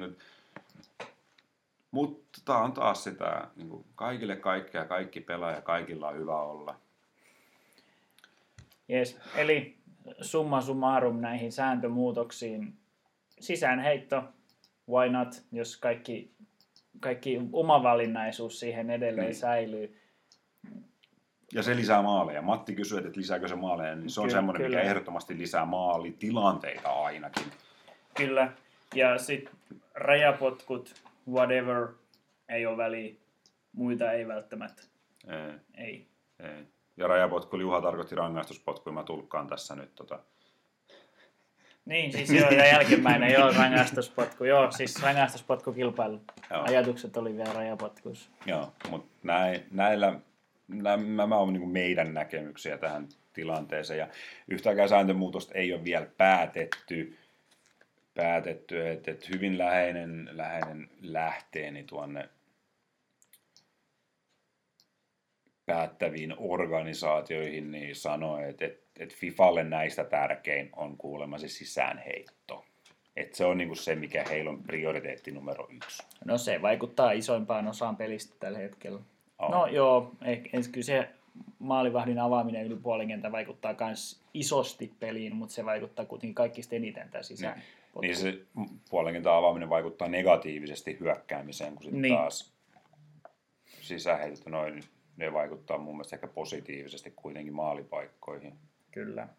Mutta tämä on taas sitä, niin kaikille kaikkea, kaikki pelaaja, kaikilla on hyvä olla. Yes. Eli summa summarum näihin sääntömuutoksiin. Sisäänheitto, why not, jos kaikki omavalinnaisuus siihen edelleen säilyy. Ja se lisää maaleja. Matti kysyi, että lisääkö se maaleja, niin se on semmoinen, mikä ehdottomasti lisää maalitilanteita ainakin. Kyllä. Ja sitten rajapotkut, whatever, ei ole väliä. Muita ei välttämättä. Ei. Ja rajapotku, Juha tarkoitti rangaistuspotku, mä tulkkaan tässä nyt Niin, siis joo, ja jälkimmäinen, rangaistuspotku. Joo, siis rangaistuspotkukilpailu. Ajatukset oli vielä rajapotkuissa. Joo, mutta näillä nämä on niin kuin meidän näkemyksiä tähän tilanteeseen. Ja yhtäkään sääntömuutosta ei ole vielä päätetty että hyvin läheinen lähteeni tuonne päättäviin organisaatioihin niin sanoi, että FIFAlle näistä tärkein on kuulemma se sisäänheitto. Että se on niinku se, mikä heillä on prioriteetti numero 1. No se vaikuttaa isoimpaan osaan pelistä tällä hetkellä. No joo, kyllä se maalivahdin avaaminen yli puolikenttä vaikuttaa myös isosti peliin, mutta se vaikuttaa kuitenkin kaikista eniten tämä sisään. Niin se puolikentän avaaminen vaikuttaa negatiivisesti hyökkäämiseen, kun sitten taas sisäänheitot noin, ne vaikuttaa mun mielestä ehkä positiivisesti kuitenkin maalipaikkoihin. Kyllä.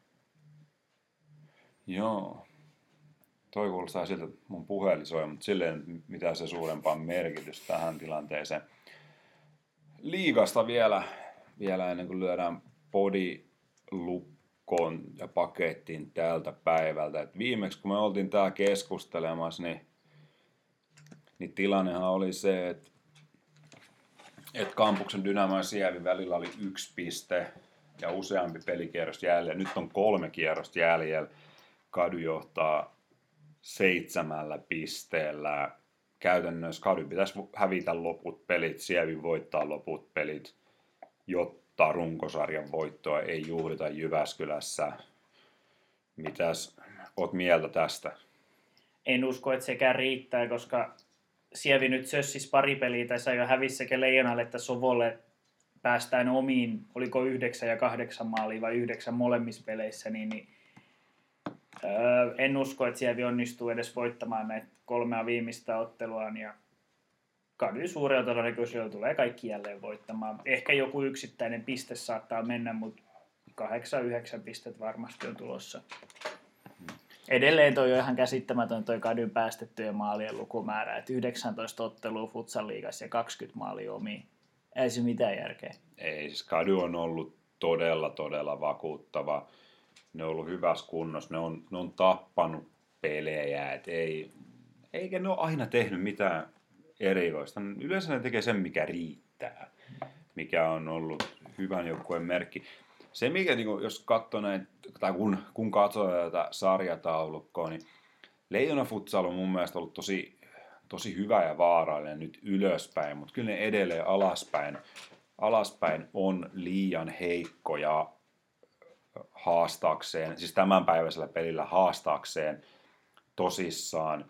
Joo. Toi kuulostaa siltä, että mun puhelin soi, mutta silleen mitä se suurempaa merkitys tähän tilanteeseen. Liigasta vielä ennen kuin lyödään podi lukkoon ja pakettiin tältä päivältä. Et viimeksi kun me oltiin täällä keskustelemassa, niin tilannehan oli se, että Kampuksen Dynamo ja Sievin välillä oli 1 piste ja useampi pelikierros jäljellä. Nyt on 3 kierrosta jäljellä. Kadu johtaa 7 pisteellä käytännössä Kadyn pitäisi hävitä loput pelit, Sievin voittaa loput pelit, jotta runkosarjan voittoa ei juhlita Jyväskylässä. Mitäs oot mieltä tästä? En usko, että sekään riittää, koska Sievi nyt sössis pari peliä tässä jo hävisi sekä Leijonalle että Sovolle päästään omiin, oliko 9 ja 8 maalia vai 9 molemmissa peleissä, niin en usko, että Sievi onnistuu edes voittamaan näitä 3 viimeistä otteluaan ja Kady suurella todennäköisyydellä tulee kaikki jälleen voittamaan. Ehkä joku yksittäinen piste saattaa mennä, mutta 8-9 pistet varmasti on tulossa. Edelleen toi on ihan käsittämätön toi Kadyn päästettyjen maalien lukumäärä, että 19 ottelua Futsal-liigassa ja 20 maalia omiin. Ei se mitään järkeä. Ei, siis Kady on ollut todella vakuuttava. Ne on ollut hyvässä kunnossa, ne on tappanut pelejä, eikä ne ole aina tehnyt mitään erikoista. Yleensä ne tekee sen, mikä riittää, mikä on ollut hyvän joukkueen merkki. Se, mikä, jos katsoo näitä, tai kun katsoo tätä sarjataulukkoa, niin Leijona Futsal on mun mielestä ollut tosi hyvä ja vaarallinen nyt ylöspäin, mutta kyllä ne edelleen alaspäin on liian heikkoja haastaakseen, siis tämänpäiväisellä pelillä haastaakseen tosissaan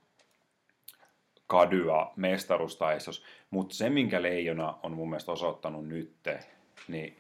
Kadyä mestaruustaistossa. Mutta se, minkä Leijona on mun mielestä osoittanut nyt, niin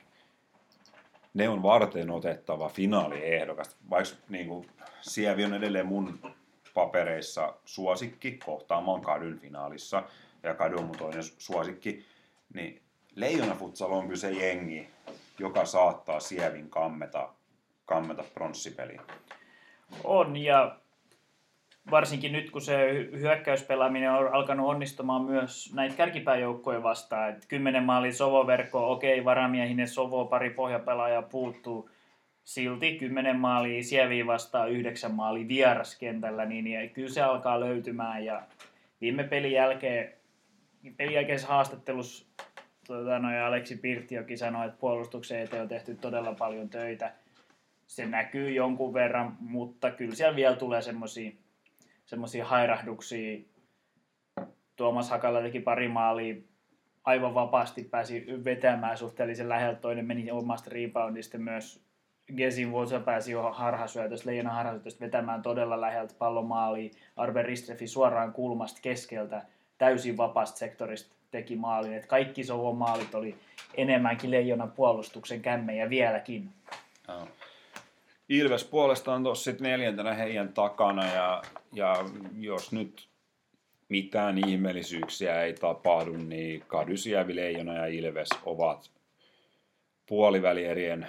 ne on varten otettava finaaliehdokas. Vaikka niin Sievi on edelleen mun papereissa suosikki kohtaamaan Kadyn finaalissa, ja Kady on mun toinen suosikki, niin Leijona Futsal on kyllä se jengi, joka saattaa Sievin kammeta pronssipeliin. On, ja varsinkin nyt, kun se hyökkäyspelaaminen on alkanut onnistumaan myös näitä kärkipääjoukkoja vastaan. Et 10 maalin Sovo-verkko, okei, varamiehinen Sovo, pari pohjapelaajaa puuttuu. Silti 10 maalia Sieviä vastaan 9 maalia vieraskentällä, niin kyllä se alkaa löytymään. Ja viime pelin jälkeisessä haastattelussa Aleksi Pirttiokin sanoi, että puolustuksen eteen on tehty todella paljon töitä. Se näkyy jonkun verran, mutta kyllä siellä vielä tulee semmoisia hairahduksia. Tuomas Hakala teki pari maalia, aivan vapaasti pääsi vetämään suhteellisen läheltä. Toinen meni omasta reboundista myös. Gesin Vuosa pääsi jo harhasyötöstä, Leijona harhasyötöstä vetämään todella läheltä pallon maaliin. Arben Ristrefi suoraan kulmasta keskeltä, täysin vapaasta sektorista teki maalin. Et kaikki Sovon maalit oli enemmänkin Leijonan puolustuksen kämmejä vieläkin. Oh. Ilves puolestaan tuossa sitten 4. heidän takana, ja jos nyt mitään ihmeellisyyksiä ei tapahdu, niin Kady, Sievi, Leijona ja Ilves ovat puolivälierien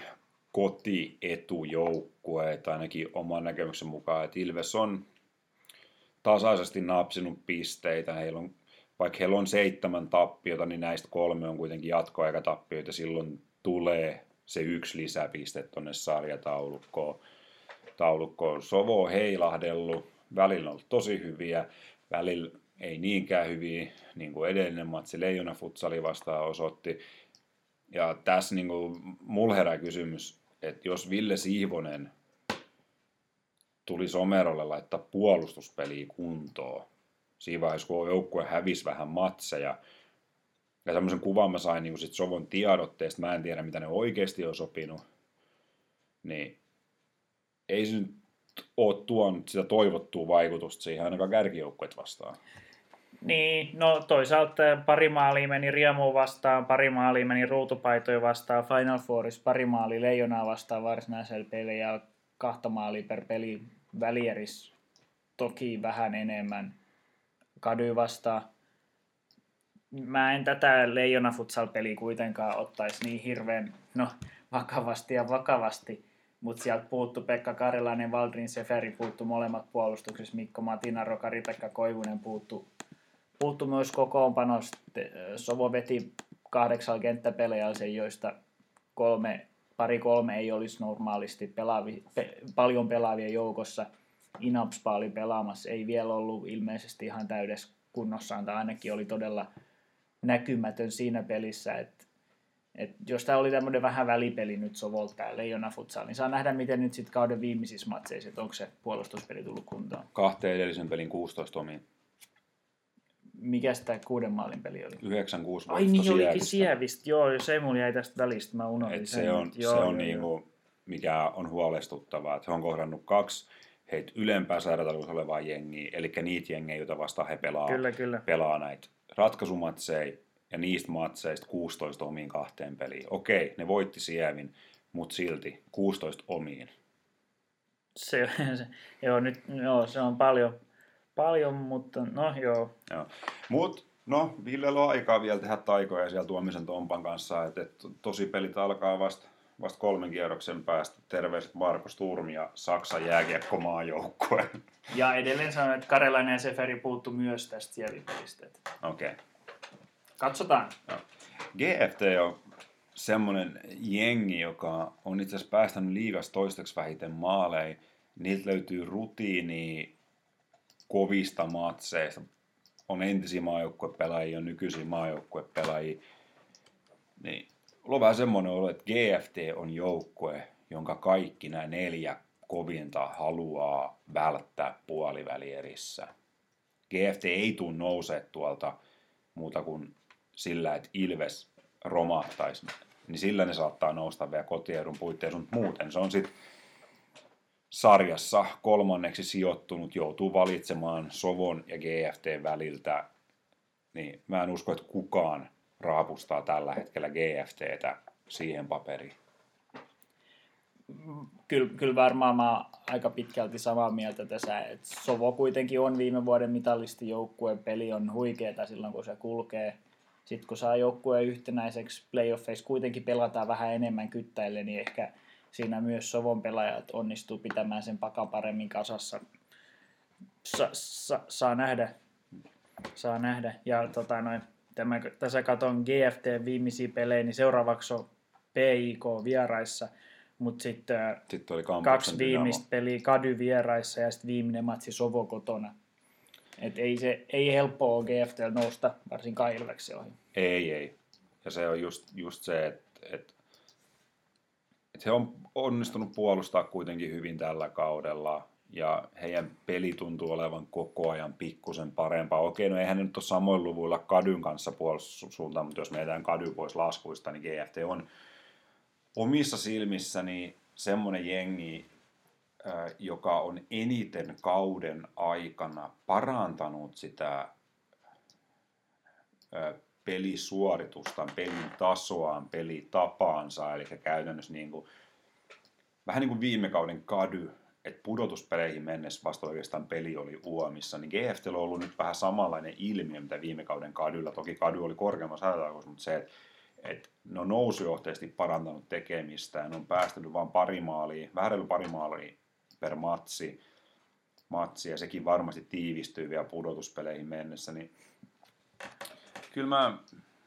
kotietujoukkueet, ainakin oman näkemyksen mukaan, että Ilves on tasaisesti napsinut pisteitä, vaikka heillä on 7 tappiota, niin näistä 3 on kuitenkin jatkoaikatappioita, silloin tulee se 1 lisäpiste tuonne sarjataulukkoon. Sovo on heilahdellut, välillä on ollut tosi hyviä, välillä ei niinkään hyviä, niin kuin edellinen matsi Leijona Futsali vastaan osoitti. Ja tässä niin kuin, mulla herää kysymys, että jos Ville Sihvonen tuli Somerolle laittaa puolustuspeliä kuntoon, siinä vaiheessa kun joukkue hävisi vähän matseja, ja semmoisen kuvan mä sain niin sit Sovon tiedotteesta, mä en tiedä mitä ne oikeasti on sopinut, niin ei se nyt ole tuonut sitä toivottua vaikutusta siihen ainakaan kärkijoukkueet vastaan. Niin, no toisaalta pari maalia meni Riemuun vastaan, pari maalia meni Ruutupaitoja vastaan, Final Fourissa pari maalia Leijonaa vastaan varsinaisella pelillä ja 2 maalia per peli välierissä, toki vähän enemmän Kady vastaan. Mä en tätä Leijona Futsal-peliä kuitenkaan ottaisi niin hirveän vakavasti, mutta sieltä puuttu Pekka Karjalainen, Valdrin Seferi puuttu molemmat puolustuksessa, Mikko Matinaro, Kari-Pekka Koivunen puuttu myös kokoonpanosta. Sovo veti 8 kenttäpelejä, joista 3 ei olisi normaalisti paljon pelaavia joukossa. Inapspa oli pelaamassa, ei vielä ollut ilmeisesti ihan täydessä kunnossaan, tai ainakin oli todella näkymätön siinä pelissä, että jos tämä oli tämmöinen vähän välipeli nyt Sovolta tämä Leijona Futsal, niin saa nähdä, miten nyt sitten kauden viimeisissä matseissa, että onko se puolustuspeli tullut kuntoon. 2 edellisen pelin 16 omiin. Mikäs tää 6 maalin peli oli? 9-6 Ai niin, olikin Sievistä. Joo, se mulla jäi tästä välistä. Mä unohdin sen. Se on niinku, mikä on huolestuttavaa, että he on kohdannut 2 heitä ylempää sarjataulussa olevaa jengiä, eli niitä jengejä, joita vastaan he pelaa näitä ratkaisumatseja, ja niistä matseista 16 omiin 2 peliin. Okei, ne voitti Sievin, mutta silti 16 omiin. Se on paljon, mutta no joo. Mut, Villellä on aikaa vielä tehdä taikoja siellä Tuomisen Tompan kanssa, että tosi pelit alkaa vasta 3 kierroksen päästä. Terveiset Markus Turmi ja Saksan jääkiekkomaajoukkue. Ja edelleen sanon, että Karelainen ja Seferi puuttu myös tästä Sievin-pelistä. Okei. Katsotaan. GFT on semmoinen jengi, joka on itse asiassa päästänyt liigassa toisteksi vähiten maaleja. Niiltä löytyy rutiinia kovista matseista. On entisiä maajoukkuepelaajia, on nykyisiä maajoukkuepelaajia. Niin, on vähän semmoinen olo, että GFT on joukkue, jonka kaikki nämä 4 kovinta haluaa välttää puolivälierissä. GFT ei tule nousee tuolta muuta kuin sillä, että Ilves romahtaisi. Niin sillä ne saattaa nousta vielä kotiedun puitteissa, mutta muuten se on sitten sarjassa 3. sijoittunut, joutuu valitsemaan Sovon ja GFT väliltä, niin mä en usko, että kukaan raapustaa tällä hetkellä GFTtä siihen paperiin. Kyllä varmaan mä oon aika pitkälti samaa mieltä tässä, että Sovo kuitenkin on viime vuoden mitalistijoukkueen peli on huikeeta silloin, kun se kulkee. Sitten kun saa joukkueen yhtenäiseksi playoffeissa, kuitenkin pelataan vähän enemmän kyttäille, niin ehkä siinä myös Sovon pelaajat onnistuu pitämään sen pakan paremmin kasassa. Saa nähdä. Ja tässä katon GFT viimeisiä pelejä, niin seuraavaksi on PIK vieraissa, mutta sitten 2 viimeistä peliä Kady vieraissa ja sitten viimeinen matsi Sovo kotona. Et ei helppoa GFT nousta varsinkaan Ilveksen ohi. Ei. Ja se on just se, että he on onnistunut puolustaa kuitenkin hyvin tällä kaudella. Ja heidän peli tuntuu olevan koko ajan pikkusen parempaa. Okei, no eihän ne nyt ole samoin luvuilla Kadyn kanssa puolustussuuntaan, mutta jos meidän Kady pois laskuista, niin GFT on omissa silmissäni semmoinen jengi, joka on eniten kauden aikana parantanut sitä pelisuoritustaan, pelin tasoaan, pelitapaansa. Eli käytännössä vähän niin kuin viime kauden Kady, että pudotuspeleihin mennessä vasta oikeastaan peli oli uomissa, niin GFT on ollut nyt vähän samanlainen ilmiö, mitä viime kauden Kadylla. Toki Kady oli korkeammassa sarjataulussa, mutta se, että ne on nousujohteisesti parantanut tekemistä ja ne on päästänyt vain vähän reilu pari maalia per matsi, ja sekin varmasti tiivistyy vielä pudotuspeleihin mennessä, niin kyllä mä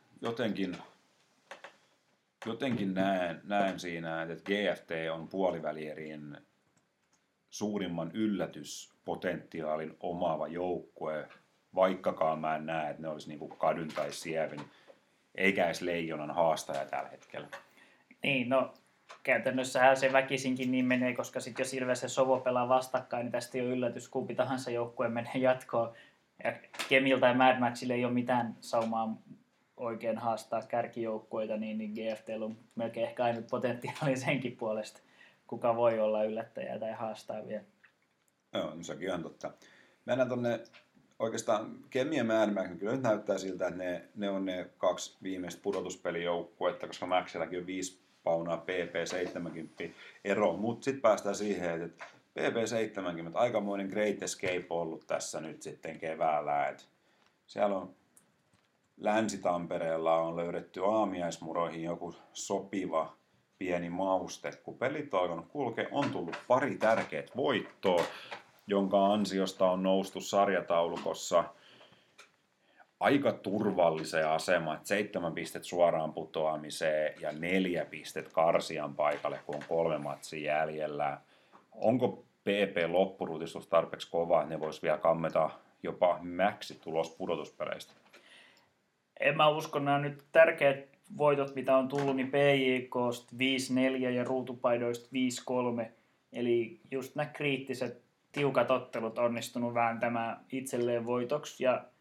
jotenkin näen siinä, että GFT on puolivälierien suurimman yllätyspotentiaalin omaava joukkue, vaikkakaan mä en näe, että ne olisi niinku Kadyn tai Sievin, eikä edes Leijonan haastaja tällä hetkellä. Niin, no käytännössähän se väkisinkin niin menee, koska sitten jos Ilves ja Sovo pelaa vastakkain, niin tästä ei ole yllätys, kumpi tahansa joukkue menee jatkoon. Ja Kemiltä ja Mad Maxille ei ole mitään saumaa oikein haastaa kärkijoukkueita, niin GFT:llä on melkein ehkä ainut potentiaali senkin puolesta, kuka voi olla yllättäjä tai haastaa vielä. Joo, no sekin on totta. Mennään tonne oikeastaan Kemi ja Mad Max, niin kyllä nyt näyttää siltä, että ne on ne 2 viimeistä pudotuspelijoukkuetta, koska Maxilläkin on 5 paunaa PP70 ero, mutta sitten päästään siihen, että PP70, aikamoinen Great Escape on ollut tässä nyt sitten keväällä, että siellä on Länsi-Tampereella on löydetty aamiaismuroihin joku sopiva pieni mauste, kun pelit on alkanut kulkea, on tullut pari tärkeät voittoa, jonka ansiosta on noustu sarjataulukossa aika turvalliseen asemaan, 7 pistettä suoraan putoamiseen ja 4 pistettä karsian paikalle, kun on 3 matsia jäljellä. Onko PP loppurutistus tarpeeksi kova, että ne vois vielä kammeta jopa Maxit tulos pudotuspeleistä? En mä usko, nämä on nyt tärkeät voitot, mitä on tullut, niin PJK:sta 5-4 ja ruutupaidoista 5-3. Eli just nämä kriittiset, tiukat ottelut onnistunut vääntämään itselleen voitoksi. Ja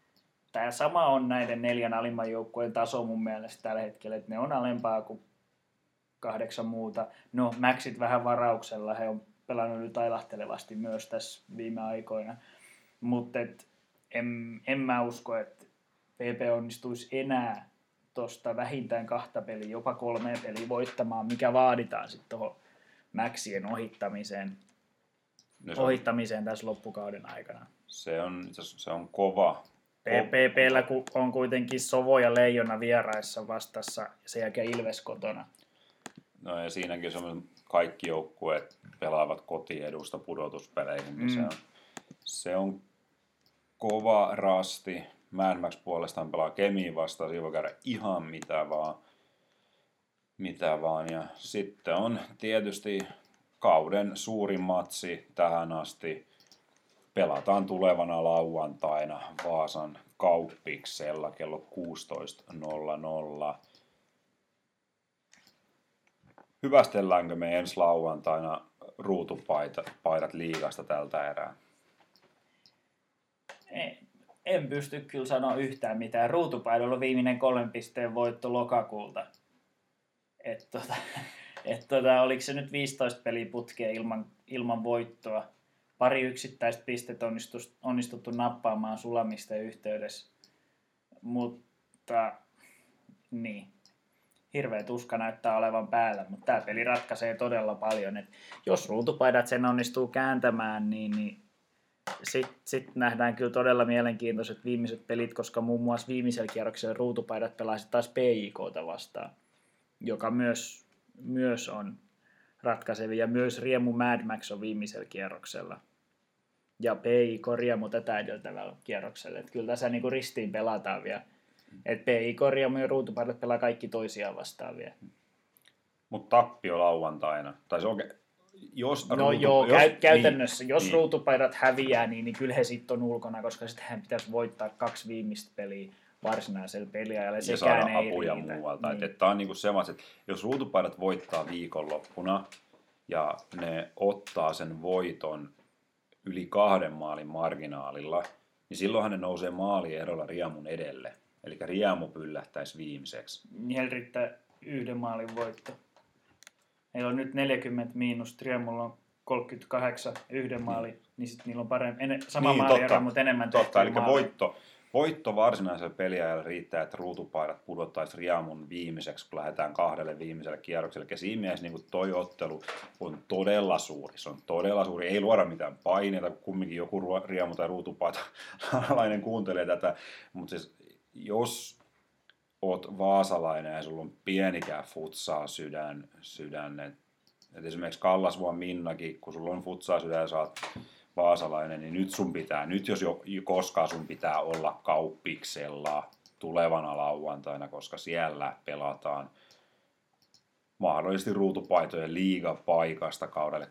tämä sama on näiden 4 alimman joukkueen taso mun mielestä tällä hetkellä, että ne on alempaa kuin 8 muuta. No, Maxit vähän varauksella, he on pelannut nyt ailahtelevasti myös tässä viime aikoina, mutta en mä usko, että PP onnistuisi enää tuosta vähintään 2 peliä, jopa 3 peliä voittamaan, mikä vaaditaan sitten tuohon Maxien ohittamiseen tässä loppukauden aikana. Se on kova. PP:llä on kuitenkin Sovo ja Leijona vieraissa vastassa ja sen jälkeen Ilves kotona. No ja siinäkin kaikki joukkueet pelaavat kotiedusta pudotuspeleihin, niin se on kova rasti. Mad Max puolestaan pelaa Kemiin vastaan, siinä voi käydä ihan mitä vaan. Ja sitten on tietysti kauden suurin matsi tähän asti. Pelataan tulevana lauantaina Vaasan Kauppiksella kello 16.00. Hyvästelläänkö me ensi lauantaina ruutupaidat liigasta tältä erää? En pysty kyllä sanoa yhtään mitään. Ruutupaidolla on viimeinen 3 pisteen voitto lokakuulta. Oliko se nyt 15 peliä putkea ilman voittoa? Pari yksittäistä pistettä onnistuttu nappaamaan sulamisten yhteydessä. Mutta niin, hirveä tuska näyttää olevan päällä, mutta tämä peli ratkaisee todella paljon. Et jos ruutupaidat sen onnistuu kääntämään, niin sitten nähdään kyllä todella mielenkiintoiset viimeiset pelit, koska muun muassa viimeisellä kierroksella ruutupaidat pelasivat taas PJK:ta vastaan, joka myös on ratkaisevia. Ja myös Riemu Mad Max on viimeisellä kierroksella. Ja PJK Riemu tätä edeltävällä kierroksella. Et kyllä tässä niinku ristiin pelataan vielä. Et PJK Riemu ja ruutupaidat pelaa kaikki toisiaan vastaan vielä. Mutta tappio lauantaina. Tai se on käytännössä. Jos ruutupaidat häviää, niin kyllä he sitten on ulkona, koska sitten pitäisi voittaa 2 viimeistä peliä varsinaisella peliajalla. Ja saada apuja muualta. Niin. Tämä on niinku semmoiset, että jos ruutupaidat voittaa viikonloppuna ja ne ottaa sen voiton yli 2 maalin marginaalilla, niin silloinhan ne nousee maalierolla Riemun edelle. Eli Riemu pyllähtäisi viimeiseksi. Heillä riittää 1 maalin voitto. Heillä on nyt 40 miinus, Riemulla on 38, 1 maali, niin sitten niillä on sama maaliero, mutta enemmän totta, eli voitto varsinaisella peliajalla riittää, että ruutupaidat pudottaisi Riemun viimeiseksi, kun lähdetään 2 viimeiselle kierrokselle. Eli siinä mielessä niin toi ottelu on todella suuri. Se on todella suuri. Ei luoda mitään paineita, kun kumminkin joku Riemu tai ruutupaitalainen kuuntelee tätä. Mutta siis, jos oot vaasalainen ja sulla on pienikään futsaa sydän että esimerkiksi Kallasvuon Minnakin, kun sulla on futsaa sydän ja sä oot vaasalainen, niin nyt jos koskaan sun pitää olla Kauppiksella tulevana lauantaina, koska siellä pelataan mahdollisesti ruutupaitojen liigapaikasta kaudelle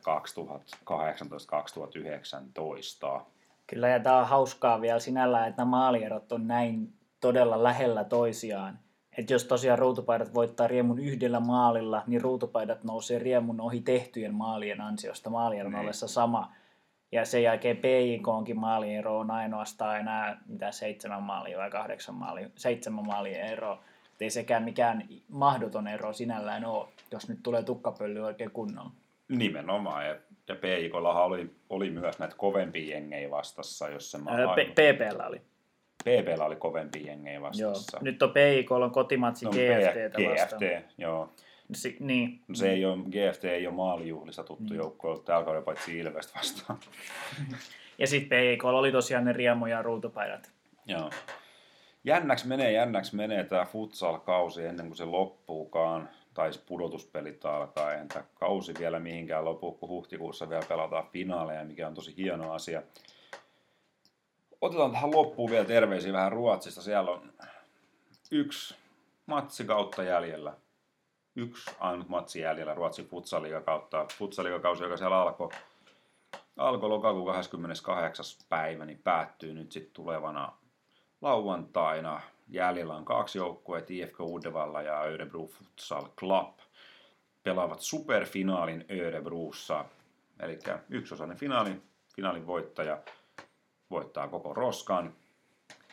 2018-2019. Kyllä, ja tää on hauskaa vielä sinällään, että nämä maalierot on näin todella lähellä toisiaan. Että jos tosiaan ruutupaidat voittaa Riemun 1 maalilla, niin ruutupaidat nousee Riemun ohi tehtyjen maalien ansiosta maalieron ollessa sama. Ja sen jälkeen PJK:nkin maaliero on ainoastaan enää 7 maalia vai 8 maalia, 7 maalia eroa. Ei sekään mikään mahdoton ero sinällään ole, jos nyt tulee tukkapölly oikein kunnolla. Nimenomaan, ja PJK:lla oli myös näitä kovempia jengejä vastassa, jos se PP:llä oli. PP:llä oli kovempia jengejä vastassa. Joo. Nyt on PJK:lla on kotimatsi GFT:tä vastaan. GFT, joo. Niin. No GFT ei ole maalijuhlista tuttu joukkue, tällä kaudella paitsi Ilvestä vastaan. Ja sitten PJK:lla oli tosiaan ne Riemu ja ruutupaidat. Joo. Jännäksi menee tämä futsal-kausi ennen kuin se loppuukaan, tai pudotuspelit alkaa. Eihän tämä kausi vielä mihinkään lopu, kun huhtikuussa vielä pelataan finaaleja, mikä on tosi hieno asia. Otetaan tähän loppuun vielä terveisiä vähän Ruotsista. Siellä on 1 matsi kautta jäljellä. 1 ainut matsi jäljellä Ruotsin futsaliigakausi, joka siellä alkoi lokakuun 28. päivä, niin päättyy nyt sitten tulevana lauantaina. Jäljellä on 2 joukkueet, IFK Uddevalla ja Örebro Futsal Club. Pelaavat superfinaalin Örebrossa. Eli 1-osainen finaalin voittaja voittaa koko roskan.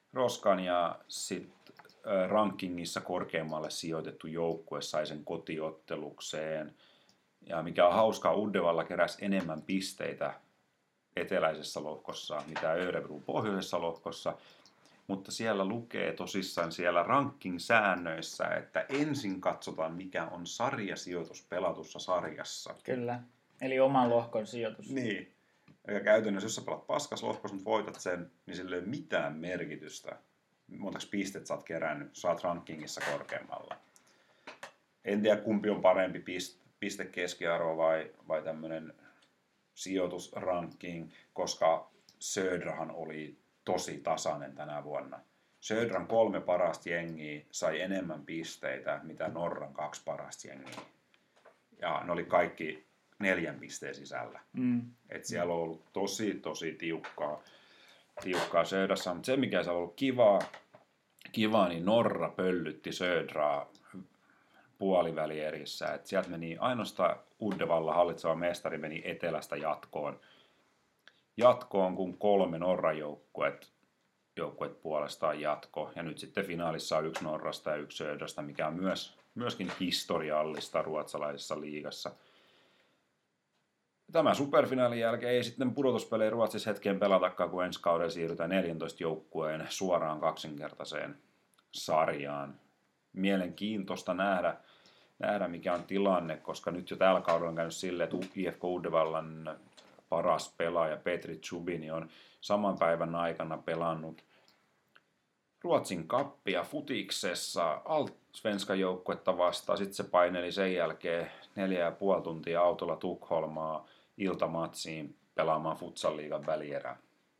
roskan ja sitten rankingissa korkeammalle sijoitettu joukkue sai sen kotiottelukseen. Ja mikä on hauskaa, Uddevalla keräsi enemmän pisteitä eteläisessä lohkossa, mitä Örebro pohjoisessa lohkossa. Mutta siellä lukee tosissaan siellä ranking-säännöissä, että ensin katsotaan, mikä on sarjasijoitus pelatussa sarjassa. Kyllä, eli oman lohkon sijoitus. Niin. Ja käytännössä, jos sä pelat paskas lohkossa, mutta voitat sen, niin sillä ei ole mitään merkitystä. Montaks pistet sä oot kerännyt, saat rankingissa korkeammalla. En tiedä, kumpi on parempi pistekeskiarvo vai tämmöinen sijoitusranking, koska Södrahan oli tosi tasainen tänä vuonna. Södran 3 parasta jengiä sai enemmän pisteitä, mitä Norran 2 parasta jengiä. Ja ne oli kaikki 4 pisteen sisällä. Et siellä on ollut tosi tiukkaa Södrassa. Mutta se, mikä se on ollut kivaa, niin Norra pöllytti Södraa puolivälierissä. Et sieltä meni ainoastaan Uddevalla hallitseva mestari meni etelästä jatkoon, kun 3 Norran joukkuet puolestaan jatko. Ja nyt sitten finaalissa on 1 Norrasta ja 1 Södrasta, mikä on myöskin historiallista ruotsalaisessa liigassa. Tämän superfinaalin jälkeen ei sitten pudotuspelejä Ruotsissa hetkeen pelatakaan, kun ensi kaudella siirrytään 14 joukkueen suoraan kaksinkertaiseen sarjaan. Mielenkiintoista nähdä, mikä on tilanne, koska nyt jo tällä kaudella on käynyt silleen, että IFK Uddevallan paras pelaaja Petri Chubini on saman päivän aikana pelannut Ruotsin kappia futiksessa Allsvenskan joukkuetta vastaan. Sitten se paineli sen jälkeen 4,5 tuntia autolla Tukholmaa iltamatsiin pelaamaan futsal-liigan välierää.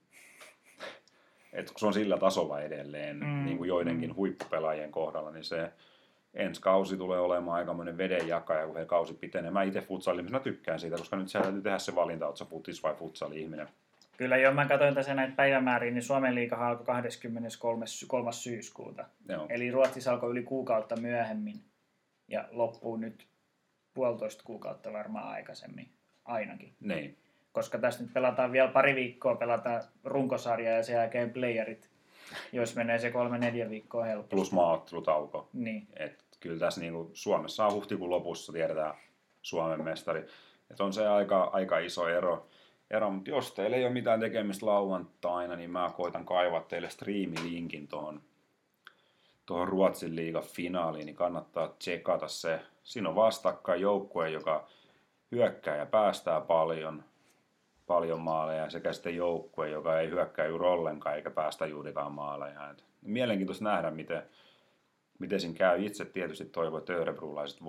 Et kun se on sillä tasolla edelleen, niin kuin joidenkin huippupelaajien kohdalla, niin se ensi kausi tulee olemaan aikamoinen vedenjakaja, kun he kausi pitenee. Mä itse futsalihmisenä tykkään siitä, koska nyt siellä täytyy tehdä se valinta, ootko sä futis vai futsali-ihminen. Kyllä jo, mä katsoin tässä näitä päivämääriä, niin Suomen liiga alkoi 23. syyskuuta. Joo. Eli Ruotsissa alkoi yli kuukautta myöhemmin ja loppuu nyt 1,5 kuukautta varmaan aikaisemmin, ainakin. Niin. Koska tässä nyt pelataan vielä pari viikkoa, pelataan runkosarja ja sen jälkeen playerit, jos menee se 3-4 viikkoa helposti. Plus maaottelutauko. Niin. Et kyllä tässä niinku Suomessa on huhtikuun lopussa, tiedetään Suomen mestari. Et on se aika iso ero, mutta jos teillä ei ole mitään tekemistä lauantaina, niin mä koitan kaivaa teille striimilinkin tuohon Ruotsin liigan finaaliin, niin kannattaa tsekata se. Siinä on vastakkain joukkue, joka hyökkää ja päästää paljon maaleja, sekä sitten joukkue, joka ei hyökkää juuri ollenkaan eikä päästä juurikaan maaleja. Et mielenkiintoista nähdä, miten siinä käy. Itse tietysti toivon, että örebrolaiset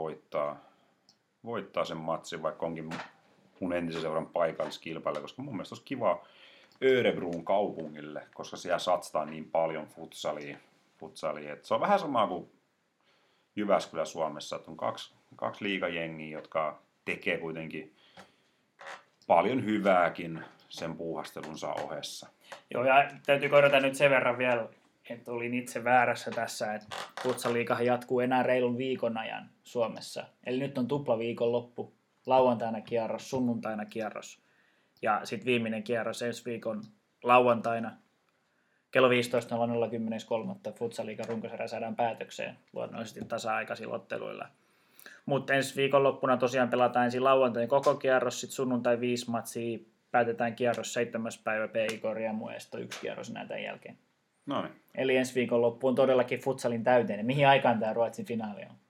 voittaa sen matsin, vaikka onkin mun entisen seuran paikalliskilpailu, koska mun mielestä olisi kiva Örebron kaupungille, koska siellä satsataan niin paljon futsaliin. Et se on vähän sama kuin Jyväskylä Suomessa, että on kaksi liigajengiä, jotka tekee kuitenkin paljon hyvääkin sen puuhastelunsa ohessa. Joo, ja täytyy korjata nyt sen verran vielä, että olin itse väärässä tässä, että futsaliigahan jatkuu enää reilun viikon ajan Suomessa. Eli nyt on tuplaviikon loppu, lauantaina kierros, sunnuntaina kierros ja sitten viimeinen kierros ensi viikon lauantaina kello 15.00.10.3. futsaliigan runkosarja saadaan päätökseen luonnollisesti tasa-aikaisilla otteluilla. Mutta ensi viikonloppuna tosiaan pelataan ensin lauantain koko kierros, sitten sunnuntai 5 matsia, päätetään kierros 7. päivä PI-Kori ja Muesto 1 kierros näin tämän jälkeen. Noin. Eli ensi viikonloppu on todellakin futsalin täyteinen. Mihin aikaan tämä Ruotsin finaali on?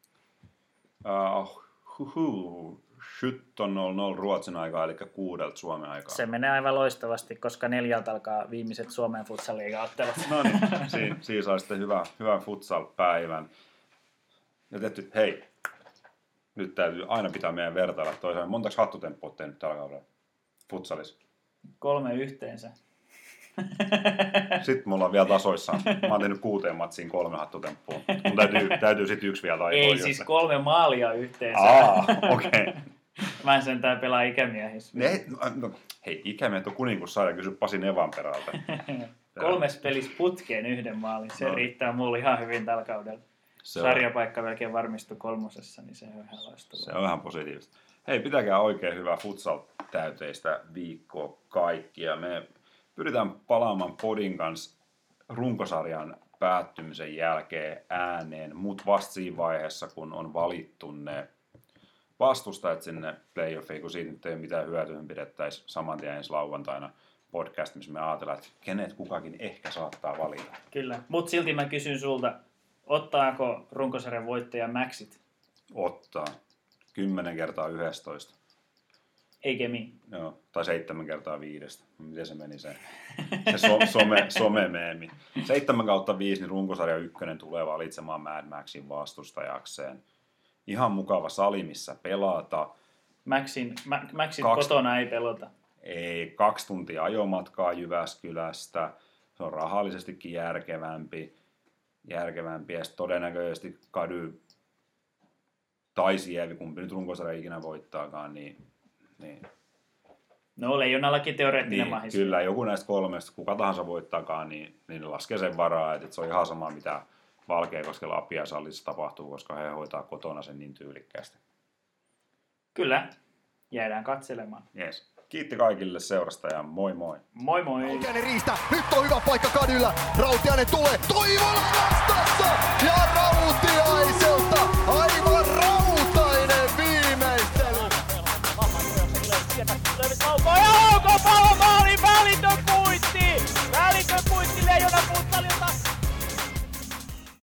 17.00 Ruotsin aikaa, eli 6 Suomen aikaa. Se menee aivan loistavasti, koska 4 alkaa viimeiset Suomen futsaliiga-ottelut. No niin, siinä saa sitten hyvän futsal-päivän. Ja tehty, hei, nyt täytyy aina pitää meidän vertailla toisaan. Montaks hattutemppua oot tehnyt tällä kaudella futsalissa? 3 yhteensä. Sitten mulla on vielä tasoissaan. Mä oon tehnyt 6 matsiin 3 hattutemppua. Mun täytyy sitten 1 vielä taikoa. Ei siis 3 maalia yhteensä. Okei. Okay. Mä en sentään pelaa ikämiehissä. Hei, ikämiehet on kuninkussarja, kysy Pasi Nevanperältä. 3 pelissä putkeen 1 maalin. Se riittää mulle ihan hyvin tällä kaudella. Sarjapaikka melkein varmistui 3, niin se on ihan loistavaa. Se on vähän positiivista. Hei, pitäkää oikein hyvää futsal-täyteistä viikkoa kaikkia. Me pyritään palaamaan podin kanssa runkosarjan päättymisen jälkeen ääneen, mutta vasta siinä vaiheessa, kun on valittu ne vastustajat sinne playoffiin, kun siitä nyt ei ole mitään hyötyä, pidettäisiin saman tien ensi lauantaina podcast, missä me ajatellaan, että kenet kukakin ehkä saattaa valita. Kyllä, mutta silti mä kysyn sulta, ottaako runkosarjan voittaja Maxit? Ottaa. 10 kertaa 11. Ei kemi. Joo, tai 7 kertaa 5. Miten se meni se some-meemi. 7/5 niin runkosarja 1 tulee valitsemaan Mad Maxin vastustajakseen. Ihan mukava sali, missä pelata. Maxin kotona ei pelota. Ei, 2 tuntia ajomatkaa Jyväskylästä. Se on rahallisestikin järkevämpi. Ja sitten todennäköisesti Kady tai Sievi, kumpi nyt runkosarja ikinä voittaakaan, niin. No Leijonallakin teoreettinen Niin, mahis. kyllä, joku näistä 3, kuka tahansa voittaakaan, niin laskee sen varaa, että se on ihan sama, mitä Valkeakoskella Apiasallissa tapahtuu, koska he hoitaa kotona sen niin tyylikkäästi. Kyllä, jäädään katselemaan. Yes. Kiitti kaikille seurasta ja moi moi! Moi moi! Rautiainen riistää, nyt on hyvä paikka Kadyllä. Rautiainen tulee, Toivola vastassa ja Rautiaiselta aivan rautainen viimeistely. Pallo maali, välitön